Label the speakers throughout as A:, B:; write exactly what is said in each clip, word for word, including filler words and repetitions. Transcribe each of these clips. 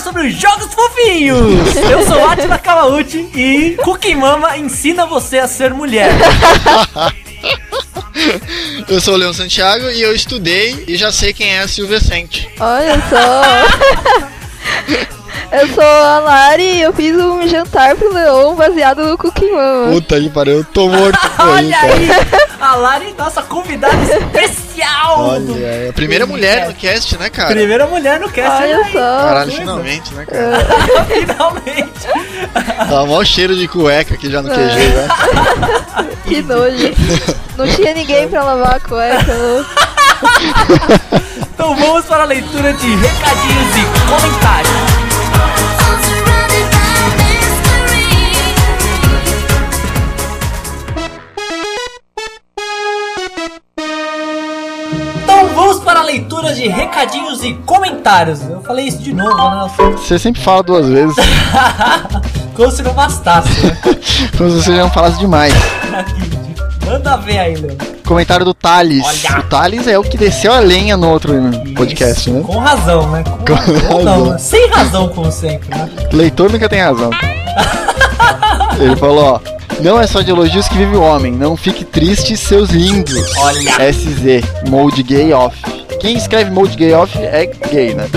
A: sobre os jogos fofinhos. Eu sou Atila Kawauchi e Cookie Mama ensina você a ser mulher.
B: Eu sou o Leon Santiago e eu estudei e já sei quem é a Silvia Sente.
C: Olha só. Eu sou a Lari e eu fiz um jantar pro Leon baseado no Cookie Mama.
B: Puta aí, parei, eu tô morto.
A: Olha aí, a Lari, nossa convidada especial.
B: Olha, do... é a primeira mulher no cast, né, cara?
A: Primeira mulher no cast.
C: Olha só.
B: Caralho, finalmente, né, cara?
A: Finalmente.
B: Tá mó cheiro de cueca aqui já no Q G, né?
C: Que nojo. Não tinha ninguém pra lavar a cueca, não.
A: Então vamos para a leitura de recadinhos e comentários. Então vamos para a leitura de recadinhos e comentários. Eu falei isso de novo, né?
B: Você sempre fala duas vezes.
A: Como se não bastasse, né?
B: Como se você já não falasse demais.
A: Manda ver aí, Leon.
B: Comentário do Thales.
A: Olha.
B: O Thales é o que desceu a lenha no outro
A: Isso,
B: podcast, né?
A: Com razão, né? Com,
B: Com
A: razão.
B: razão.
A: Não, né? Sem razão, como sempre, né?
B: Leitor nunca tem razão. Ele falou, ó: não é só de elogios que vive o homem. Não fique triste, seus lindos.
A: Olha.
B: S Z, mode gay off. Quem escreve mode gay off é gay, né?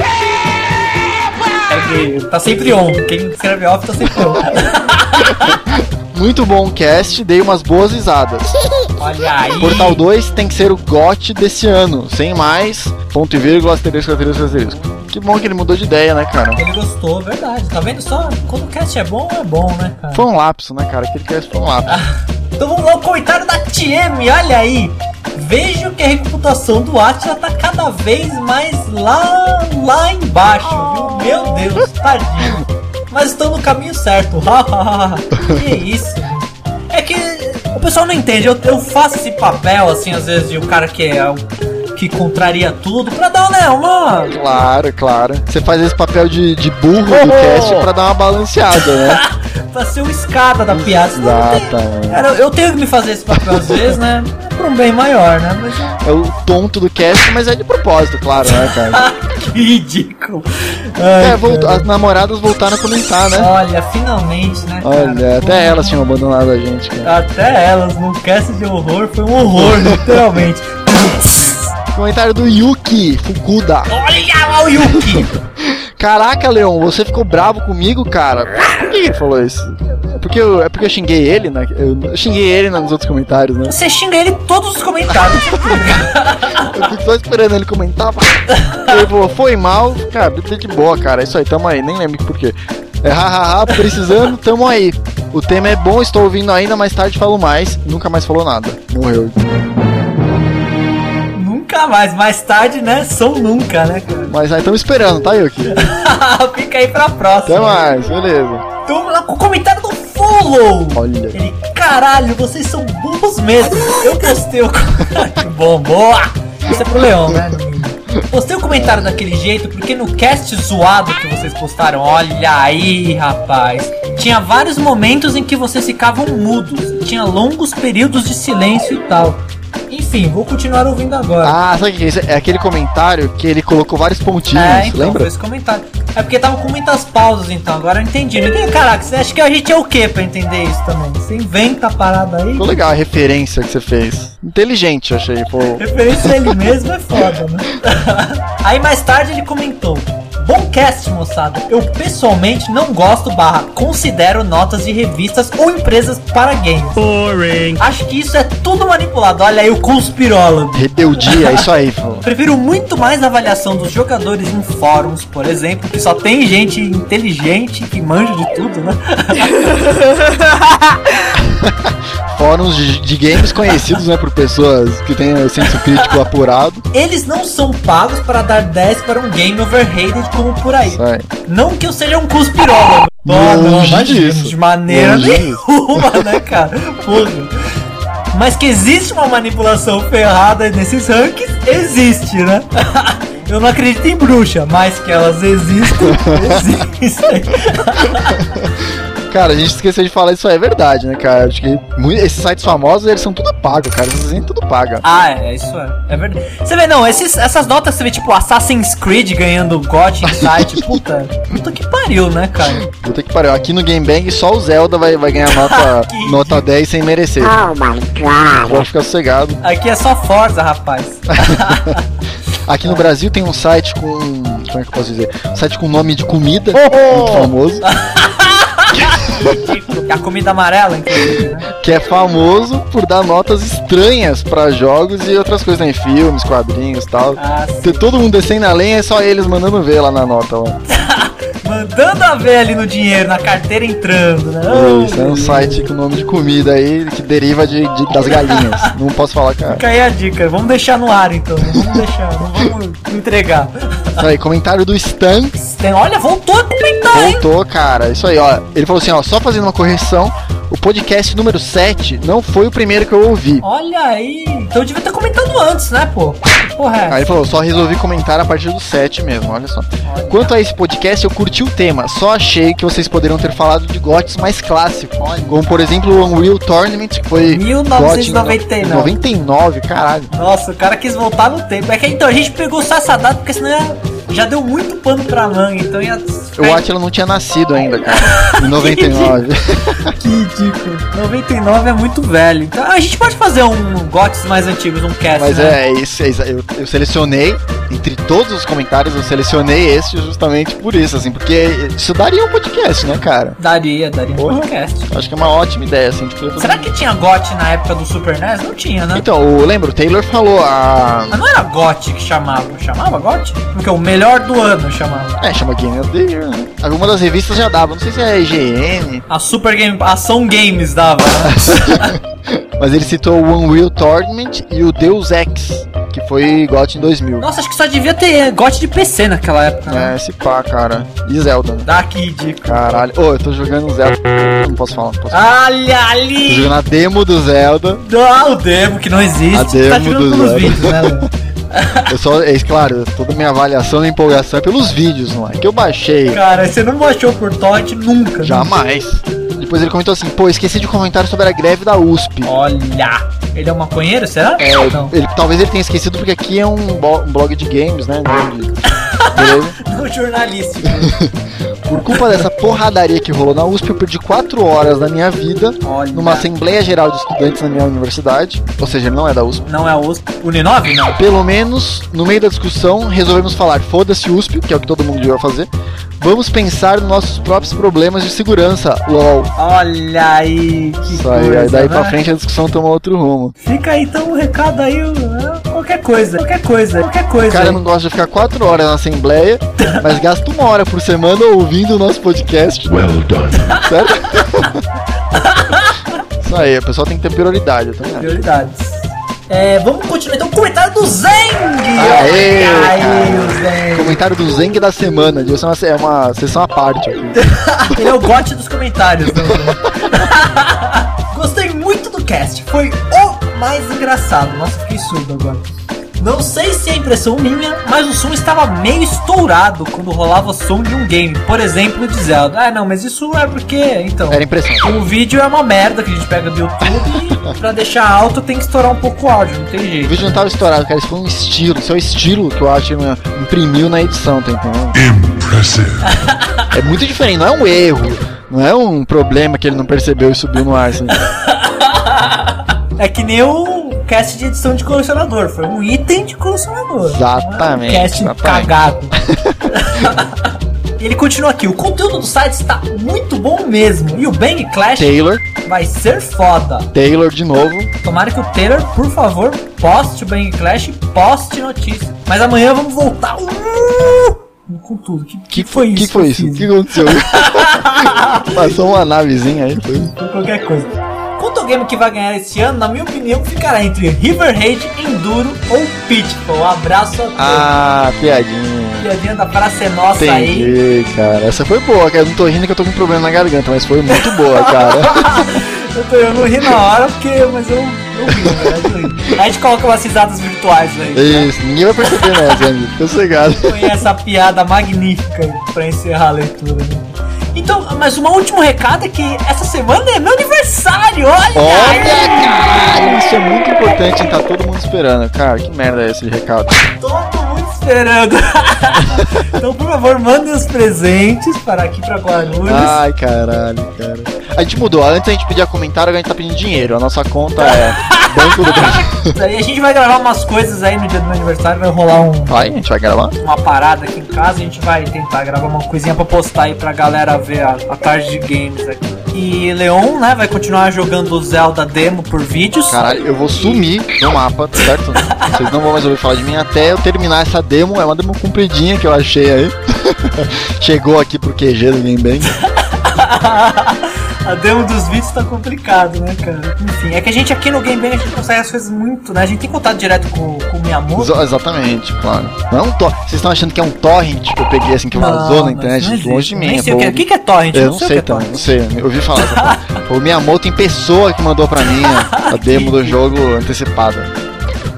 A: É gay, tá sempre on. Quem escreve off tá sempre on.
B: Muito bom o cast, dei umas boas risadas.
A: Olha aí.
B: Portal dois tem que ser o G O T desse ano. Sem mais, ponto e vírgula, asterisco, asterisco, asterisco. Que bom que ele mudou de ideia, né, cara?
A: Ele gostou, verdade. Tá vendo só? Quando o cast é bom, é bom, né, cara?
B: Foi um lapso, né, cara? Aquele cast foi um lapso.
A: Então vamos lá, o comentário da T M, olha aí. Vejo que a reputação do Atila tá cada vez mais lá, lá embaixo, viu? Meu Deus, tadinho. Mas estão no caminho certo. Que isso? É que o pessoal não entende. Eu, eu faço esse papel, assim, às vezes, de um cara que é que contraria tudo pra dar, né, uma...
B: Claro, claro. Você faz esse papel de, de burro do cast pra dar uma balanceada, né?
A: Pra ser o escada da piada.
B: Exatamente.
A: Cara, eu tenho que me fazer esse papel às vezes, né? Pra um bem maior, né? Mas...
B: É o tonto do cast, mas é de propósito, claro, né, cara?
A: Que ridículo. Ai,
B: é, voltou, as namoradas voltaram a comentar, né?
A: Olha, finalmente, né, cara?
B: Olha, até
A: Pô,
B: elas tinham abandonado a gente, cara.
A: Até elas, num cast de horror, foi um horror, literalmente.
B: Comentário do Yuki Fukuda.
A: Olha lá o Yuki.
B: Caraca, Leon, você ficou bravo comigo, cara? Por que ele falou isso? É porque eu, é porque eu xinguei ele, né? Eu xinguei ele nos outros comentários, né?
A: Você xinga ele em todos os comentários.
B: Eu fico só esperando ele comentar. Ele falou, foi mal. Cara, de boa, cara. É isso aí, tamo aí. Nem lembro por quê. É hahaha, precisando, tamo aí. O tema é bom, estou ouvindo ainda, mais tarde falo mais. Nunca mais falou nada. Morreu.
A: Nunca mais, mais tarde, né? São nunca, né, cara?
B: Mas aí estamos esperando, tá, Yuki?
A: Fica aí pra próxima.
B: Até mais, beleza.
A: Então vamos lá com o comentário do Follow.
B: Olha.
A: Ele, caralho, vocês são burros mesmo. Eu postei o... Que bom, boa. Isso é pro Leão, né? Postei o comentário daquele jeito porque no cast zoado que vocês postaram, olha aí, rapaz, tinha vários momentos em que vocês ficavam mudos, tinha longos períodos de silêncio e tal. Enfim, vou continuar ouvindo agora.
B: Ah, sabe o que é isso? É aquele comentário que ele colocou vários pontinhos,
A: É, então,
B: lembra?
A: foi esse comentário. É porque tava com muitas pausas, então, agora eu entendi. Ninguém, caraca, você acha que a gente é o quê pra entender isso também? Você inventa a parada aí.
B: Ficou legal a referência que você fez. Inteligente, achei. Pô.
A: Referência a ele mesmo é foda, né? Aí mais tarde ele comentou: bom cast, moçada. Eu pessoalmente não gosto barra considero notas de revistas ou empresas para games.
D: Boring.
A: Acho que isso é tudo manipulado. Olha aí o conspirólogo.
B: Rebeldia, é isso aí, pô.
A: Prefiro muito mais a avaliação dos jogadores em fóruns, por exemplo, que só tem gente inteligente que manja de tudo, né?
B: Fóruns de, de games conhecidos, né, por pessoas que têm o senso crítico apurado.
A: Eles não são pagos para dar dez para um game overrated como por aí.
B: Sai.
A: Não que eu seja um conspirólogo. Oh, não,
B: Longe
A: imagina,
B: disso.
A: de maneira
B: Longe
A: nenhuma, né, cara? Porra. Mas que existe uma manipulação ferrada nesses rankings, existe, né? Eu não acredito em bruxa, mas que elas existem, existem.
B: Cara, a gente esqueceu de falar isso aí, é verdade, né, cara? Acho que muito, esses sites famosos, eles são tudo pago, cara. Esses aí tudo paga.
A: Ah, é, isso é. É verdade. Você vê, não, esses, essas notas você vê, tipo, Assassin's Creed ganhando G O T em site. Puta, puta que pariu, né, cara?
B: Puta que pariu. Aqui no Game Bang, só o Zelda vai, vai ganhar nota, nota dez sem merecer.
D: Oh my god.
B: Pode ficar sossegado.
A: Aqui é só Forza, rapaz.
B: Aqui no Brasil tem um site com... Como é que eu posso dizer? Um site com nome de comida, muito famoso.
A: A comida amarela, inclusive, né?
B: Que é famoso por dar notas estranhas pra jogos e outras coisas, né? Filmes, quadrinhos e tal.
A: Ah,
B: Ter todo mundo descendo a lenha, é só eles mandando ver lá na nota, ó.
A: Mandando a ver ali no dinheiro, na carteira entrando, né?
B: Isso, é um site com nome de comida aí que deriva de, de- das galinhas. Não posso falar, cara.
A: Fica aí a dica, vamos deixar no ar então, não vamos deixar, não vamos entregar.
B: Isso aí, comentário do Stan.
A: Tem, olha, voltou a comentar, hein?
B: Voltou, cara. Isso aí, ó. Ele falou assim, ó, só fazendo uma correção, o podcast número sete não foi o primeiro que eu ouvi.
A: Olha aí, então eu devia ter comentado antes, né, pô? Que porra é
B: Aí
A: essa?
B: ele falou, só resolvi comentar a partir do sete mesmo, olha só.
A: Olha.
B: Quanto a esse podcast, eu curti o tema, só achei que vocês poderiam ter falado de G O Ts mais clássicos, como por exemplo o Unreal Tournament, que foi
A: mil novecentos e noventa e nove.
B: G O T em noventa e nove, caralho.
A: Nossa, o cara quis voltar no tempo. É que então a gente pegou só essa data porque senão ia- já deu muito pano pra manga, então ia.
B: O Atila não tinha nascido ainda, cara, em noventa e nove.
A: Que ridículo. noventa e nove é muito velho. Então a gente pode fazer um G O Ts mais antigos, um cast,
B: Mas
A: né?
B: é, isso, é isso, eu, eu selecionei, entre todos os comentários, eu selecionei esse justamente por isso, assim, porque isso daria um podcast, né, cara?
A: Daria, daria um
B: Porra.
A: podcast.
B: Acho que é uma ótima ideia, assim. Tipo,
A: Será que tinha G O T na época do Super N E S? Não tinha, né?
B: Então, o, lembra, o Taylor falou a...
A: Mas não era G O T que chamava, chamava G O T? Porque o melhor do ano chamava.
B: É, chama Game of the Year, né? Alguma das revistas já dava, não sei se é a I G N,
A: A Super Game, a Ação Games dava, né?
B: mas ele citou o Unreal Tournament e o Deus Ex, que foi G O T em dois mil.
A: Nossa, acho que só devia ter G O T de P C naquela época, né?
B: É, esse pá, cara. E Zelda, né?
A: Dá que ridículo.
B: Caralho. Ô, eu tô jogando Zelda. Não posso falar, não posso falar.
A: Olha
B: Tô
A: ali!
B: jogando a demo do Zelda.
A: Ah, o demo que não existe.
B: A
A: Você tá
B: demo
A: jogando
B: do
A: pelos
B: Zelda.
A: vídeos, né, Léo?
B: Eu só, é claro, toda minha avaliação e empolgação é pelos vídeos, não é? Que eu baixei.
A: Cara, você não baixou por torrent nunca.
B: Jamais. Depois ele comentou assim, pô, esqueci de comentar sobre a greve da U S P.
A: Olha! Ele é um maconheiro, será?
B: É,
A: Não.
B: ele, talvez ele tenha esquecido porque aqui é um, bo- um blog de games, né? De- Beleza?
A: Não jornalístico.
B: Por culpa dessa porradaria que rolou na U S P, eu perdi quatro horas da minha vida
A: Olha.
B: numa Assembleia Geral de Estudantes na minha universidade. Ou seja, ele não é da U S P.
A: Não é a U S P. Uninove, não?
B: Pelo menos, no meio da discussão, resolvemos falar, foda-se U S P, que é o que todo mundo devia fazer. Vamos pensar nos nossos próprios problemas de segurança, lol.
A: Olha aí, que
B: Isso aí,
A: coisa,
B: aí daí
A: né?
B: pra frente a discussão toma outro rumo.
A: Fica aí então o recado aí, né? Qualquer coisa, qualquer coisa, qualquer coisa.
B: O cara
A: aí.
B: não gosta de ficar quatro horas na Assembleia, mas gasta uma hora por semana ouvindo o nosso podcast.
E: Well done.
B: Certo? Isso aí, a pessoa tem que ter prioridade, eu também acho.
A: Prioridades. É, vamos continuar então com o comentário do Zeng!
B: Aê,
A: Aê,
B: cara.
A: o Zeng!
B: Comentário do Zeng da semana, devia ser uma, é uma sessão à parte aqui.
A: Ele é o gote dos comentários, não, né? Gostei muito do cast, foi o mais engraçado. Nossa, fiquei surdo agora. Não sei se é impressão minha, mas o som estava meio estourado quando rolava som de um game. Por exemplo, de Zelda. Ah, não, mas isso é porque... Então,
B: Era impressão.
A: o vídeo é uma merda que a gente pega do YouTube e pra deixar alto tem que estourar um pouco o áudio, não tem
B: O
A: jeito.
B: vídeo não tava estourado, cara, isso foi um estilo, isso é o estilo que eu acho que imprimiu na edição, tá entendendo?
E: Impressive.
B: É muito diferente, não é um erro, não é um problema que ele não percebeu e subiu no ar, assim.
A: É que nem o cast de edição de colecionador, foi um item de colecionador.
B: Exatamente,
A: Um cast
B: exatamente.
A: cagado. Ele continua aqui, o conteúdo do site está muito bom mesmo. E o Bang Clash
B: Taylor,
A: vai ser foda.
B: Taylor de novo.
A: Tomara que o Taylor, por favor, poste o Bang Clash e poste notícia. Mas amanhã vamos voltar uh, com tudo. Que, que, foi isso?
B: que foi
A: eu
B: isso? O
A: fiz?
B: que aconteceu? Passou uma navezinha aí, foi.
A: Foi qualquer coisa. Quanto ao game que vai ganhar esse ano, na minha opinião, ficará entre River Raid, Enduro ou Pitfall. Um abraço a todos.
B: Ah, piadinha.
A: Piadinha da praça é nossa aí.
B: Entendi, cara. Essa foi boa, cara. Eu não tô rindo que eu tô com problema na garganta, mas foi muito boa, cara.
A: eu, tô, eu não ri na hora, porque, mas eu, eu ri, na verdade, eu ri. A gente coloca umas risadas virtuais aí. Né?
B: Isso, ninguém vai perceber nessa, amigo. Fica sossegado.
A: Põe essa piada magnífica aí pra encerrar a leitura. Né? E Então, mas um último recado é que essa semana é meu aniversário, olha!
B: Olha, cara, isso é muito importante, hein? Tá todo mundo esperando. Cara, que merda é esse recado?
A: Todo mundo esperando. Então, por favor, mandem os presentes para aqui pra Guarulhos.
B: Ai, caralho, cara. A gente mudou, antes a gente pedia comentário, agora a gente tá pedindo dinheiro. A nossa conta é Banco do Brasil.
A: Daí a gente vai gravar umas coisas aí no dia do meu aniversário, vai rolar um...
B: Vai, a gente vai gravar?
A: Uma parada aqui em casa, a gente vai tentar gravar uma coisinha pra postar aí pra galera ver a, a tarde de games aqui. E Leon, né, vai continuar jogando o Zelda demo por vídeos.
B: Caralho, eu vou sumir no mapa, certo? Vocês não vão mais ouvir falar de mim até eu terminar essa demo. É uma demo compridinha que eu achei aí. Chegou aqui pro Q G do Game Bang.
A: A demo dos vídeos tá complicado, né, cara? Enfim, é que a gente aqui no Game Bang a gente consegue as coisas muito, né? A gente tem contato direto com, com o Miyamoto.
B: Ex- exatamente, claro. Não é um torrent. Vocês estão achando que é um torrent que eu peguei assim, que vazou na internet? Longe de mim.
A: Nem sei
B: é
A: o que é. O que que é torrent?
B: Eu não sei também, não sei. Eu ouvi falar. Foi o Miyamoto em pessoa que mandou pra mim a, a demo do jogo antecipada.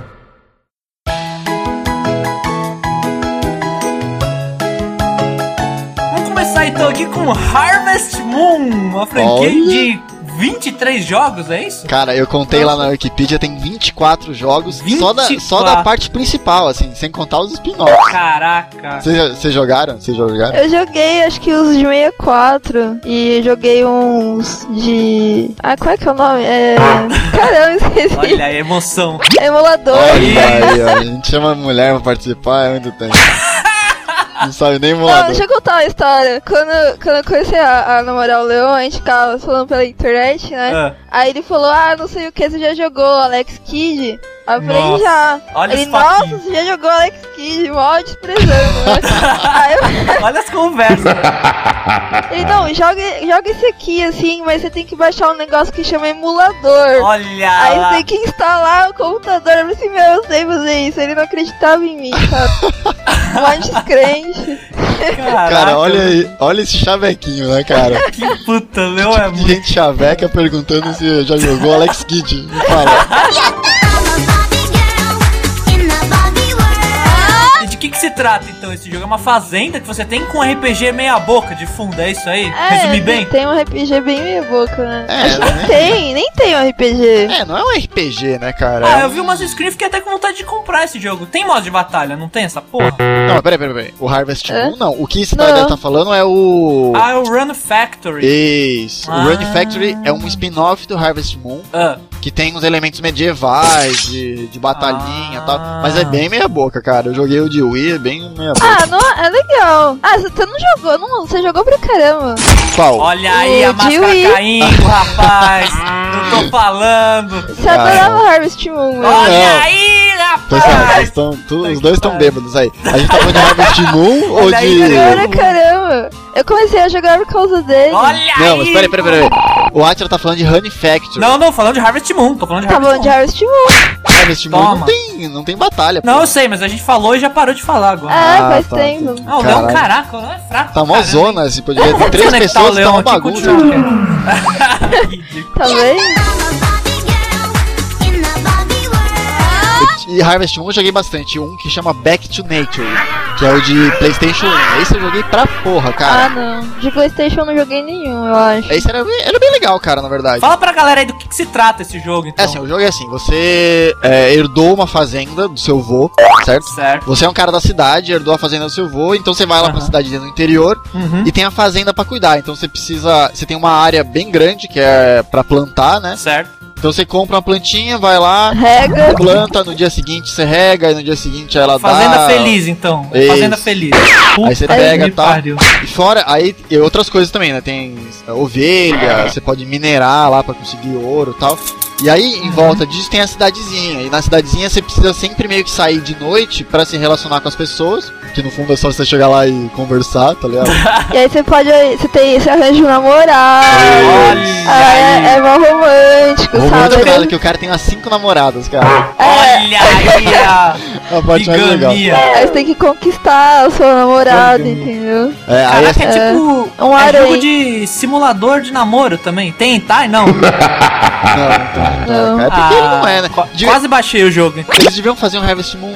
A: Então aqui com Harvest Moon, uma franquia
B: Olha.
A: de vinte e três jogos, é isso?
B: Cara, eu contei lá na Wikipedia, tem vinte e quatro jogos Só, da, só da parte principal, assim, sem contar os spin-offs.
A: Caraca.
B: Vocês jogaram? Vocês jogaram?
C: Eu joguei acho que os de sessenta e quatro e joguei uns de... Ah, qual é que é o nome? É... Caramba, esqueci.
A: Olha a emoção.
C: Emulador.
B: Olha aí, ó, a gente chama a mulher pra participar, é muito tempo. Não sabe nem emulador.
C: Não, deixa eu contar uma história. Quando, quando eu comecei a, a namorar o Leon, a gente ficava falando pela internet, né?
A: Ah.
C: Aí ele falou, ah, não sei o que, você já jogou Alex Kidd? Aí eu falei,
A: Nossa,
C: já.
A: olha
C: Ele,
A: os
C: nossa,
A: papinhos.
C: você já jogou Alex Kidd, mó desprezando, né? Aí eu...
A: Olha as conversas.
C: Ele, não, joga, joga esse aqui, assim, mas você tem que baixar um negócio que chama emulador.
A: Olha
C: Aí
A: lá.
C: você tem que instalar o computador. Eu falei assim, meu, eu sei fazer isso. Ele não acreditava em mim, sabe? Mó descrente.
A: Caraca,
B: Cara, olha aí, olha esse chavequinho, né, cara?
A: que puta, meu, é
B: Tipo de
A: muito...
B: gente chaveca perguntando se já jogou Alex Kidd. Me fala.
A: E de que que se trata, então, esse jogo? É uma fazenda que você tem com um R P G meia boca de fundo, é isso aí?
C: É,
A: Resumir bem?
C: tem um R P G bem meia boca, né?
B: É,
C: Acho que
B: né?
C: nem tem, nem tem um R P G.
B: É, não é um R P G, né, cara?
A: Ah,
B: É
A: eu
B: um-
A: vi umas screens e fiquei até com vontade de comprar esse jogo. Tem modo de batalha, não tem essa porra?
B: Não, peraí, peraí, peraí. O Harvest
C: É?
B: Moon, não. O que esse
C: Não.
B: deve estar falando é o...
A: Ah, é o Run Factory.
B: Isso.
A: Ah.
B: O Run Factory é um spin-off do Harvest Moon,
A: Ah,
B: que tem uns elementos medievais, de, de batalhinha e
A: Ah.
B: tal. Mas é bem meia boca, cara. Eu joguei o de Wii, é bem meia boca.
C: Ah, não, é legal. Ah, você não jogou, não, você jogou pra caramba.
B: Qual?
A: olha aí a
C: O
A: máscara
C: Dewey.
A: caindo, rapaz. Eu tô falando.
C: Você adorava Harvest Moon, né?
A: Olha
B: Não.
A: aí,
B: Pessoal,
A: rapaz.
B: vocês tão, tu-
A: Puta
B: os
A: que
B: dois estão
A: pariu.
B: bêbados aí. A gente tá falando de Harvest Moon ou
A: Olha aí,
B: de...
A: cara.
C: Pra caramba. Eu comecei a jogar por causa dele.
A: Olha
B: Não,
A: aí.
B: mas peraí, peraí, peraí. O Atira tá falando de Honey Factory.
A: Não, não, falando de Harvest Moon. Tô falando de
C: Tá
A: Harvest
C: falando de
A: Moon.
C: Harvest Moon.
B: Harvest Moon
A: Toma.
B: não tem, não tem batalha.
A: Não,
B: pô.
A: eu sei, mas a gente falou e já parou de falar agora.
C: É,
B: Ah,
C: faz
B: tá.
C: tempo.
A: Ah, o Leão,
B: Caralho.
A: caraca, o Leão é fraco.
B: Tá mó
A: caramba,
B: zona,
A: hein?
B: assim, poderia ter três
A: Desconectar
B: pessoas,
A: o
B: tá
A: Leão
B: uma
A: aqui,
B: bagunça.
A: continua. Ridículo.
C: Tá vendo?
B: E Harvest Moon eu joguei bastante. Um que chama Back to Nature, que é o de PlayStation um. Esse eu joguei pra porra,
C: Ah,
B: cara.
C: não. De PlayStation eu não joguei nenhum, eu acho.
B: Esse era bem, era bem legal, cara, na verdade.
A: Fala pra galera aí do que, que se trata esse jogo,
B: É
A: então.
B: assim, o jogo é assim, você é, herdou uma fazenda do seu vô, certo?
A: Certo.
B: Você é um cara da cidade, herdou a fazenda do seu vô, então você vai lá pra
A: Aham.
B: cidade no interior
A: Uhum.
B: e tem a fazenda pra cuidar. Então você precisa, você tem uma área bem grande que é pra plantar, né?
A: Certo.
B: Então você compra uma plantinha, vai lá,
C: Rega.
B: planta, no dia seguinte você rega, e no dia seguinte ela
A: Fazenda
B: dá...
A: Feliz, então.
B: Isso.
A: Fazenda Feliz.
B: Aí você
A: Puta
B: pega
A: que
B: e tal.
A: pariu.
B: E fora, aí e outras coisas também, né? Tem é, ovelha, você pode minerar lá pra conseguir ouro e tal. E aí, em volta disso, tem a cidadezinha. E na cidadezinha você precisa sempre meio que sair de noite pra se relacionar com as pessoas. Que no fundo é só você chegar lá e conversar, tá ligado?
C: E aí você pode. Você tem. Você arranja um namorado.
A: Olha
C: Ah,
A: aí.
C: é, é mó romântico,
B: Romântico
C: sabe?
B: nada, que o cara tem umas cinco namoradas, cara.
A: Olha aí a
B: A parte mais legal.
A: bigamia.
C: Aí você tem que conquistar a sua namorada,
A: Bigamia.
C: entendeu?
B: É, aí
A: Caraca, é
C: É.
A: tipo
C: Um
A: é
C: harém.
A: jogo de simulador de namoro também. Tem, tá? Não.
B: Não, então,
C: Não.
B: É porque ele
A: Ah,
B: não é, né?
A: qu-
B: Devia-
A: Quase baixei o jogo.
B: Eles deviam fazer um Harvest Moon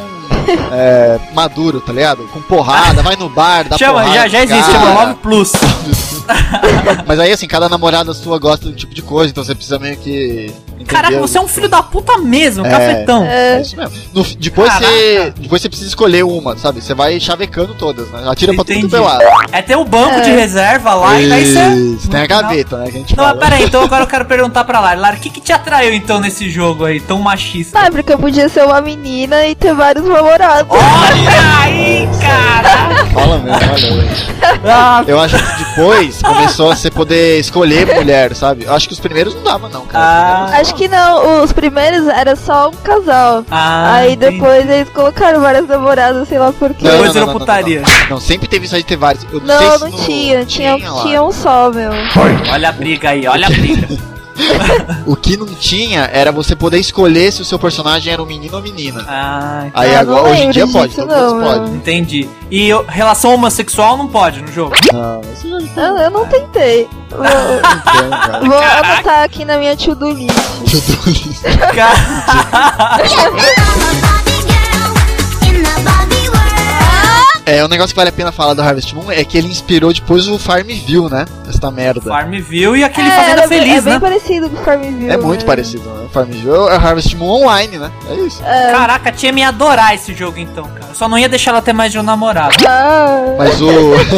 B: é, maduro, tá ligado? Com porrada, vai no bar, dá
A: chama,
B: porrada.
A: Já, já existe,
B: cara.
A: chama Love Plus.
B: Mas aí, assim, cada namorada sua gosta do tipo de coisa, então você precisa meio que...
A: Caraca, você é um filho da puta mesmo,
B: é,
A: cafetão.
B: É, é isso mesmo. No, depois,
A: Caraca.
B: você, depois você precisa escolher uma, sabe? Você vai chavecando todas, né? Atira pra tudo
A: Entendi.
B: pelo lado.
A: É ter o banco
C: É.
A: de reserva lá e daí você...
B: Isso, tem a gaveta, né? Que a gente
A: Não,
B: fala.
A: mas peraí, então agora eu quero perguntar pra Lara. Lara, o que que te atraiu então nesse jogo aí, tão machista?
C: Ah, porque eu podia ser uma menina e ter vários namorados.
A: Olha aí, cara!
B: Fala mesmo, olha mesmo.
A: Ah,
B: Eu acho que depois começou a você poder escolher mulher, sabe? Eu acho que os primeiros não dava, não, cara.
A: Ah.
C: Acho que não, os primeiros era só um casal.
A: Ah,
C: Aí
A: entendi.
C: depois eles colocaram várias namoradas, sei lá por quê.
A: Não, Depois virou putaria.
B: Não, não. Não, sempre teve isso aí de ter vários. Eu
C: Não,
B: sei
C: não,
B: se no-
C: tinha, tinha,
B: lá.
C: tinha um só, meu.
A: Olha a briga aí, olha a briga.
B: O que não tinha era você poder escolher se o seu personagem era um menino ou menina.
A: Ah,
B: Aí
C: Ah, não
B: agora, hoje em
C: lembro
B: dia
C: disso,
B: pode, todo
C: não,
B: mundo pode.
C: meu.
A: entendi. E o- relação homossexual não pode no jogo?
B: Não, isso já não tem,
C: Eu, eu não tentei. Vou,
B: cara.
C: vou anotar aqui na minha to-do list.
B: Tudo isso.
A: Cara,
B: É, um negócio que vale a pena falar do Harvest Moon é que ele inspirou depois o Farmville, né? Esta merda.
A: Farmville e aquele
C: É,
A: Fazenda
C: era bem-
A: Feliz,
C: é bem
A: né?
C: parecido com o Farmville.
B: É muito
C: né?
B: parecido, né? Farmville é Harvest Moon online, né? É isso.
A: Caraca, a tia me ia adorar esse jogo então, cara. Eu só não ia deixar ela ter mais de um namorado.
C: Ah,
B: Mas o...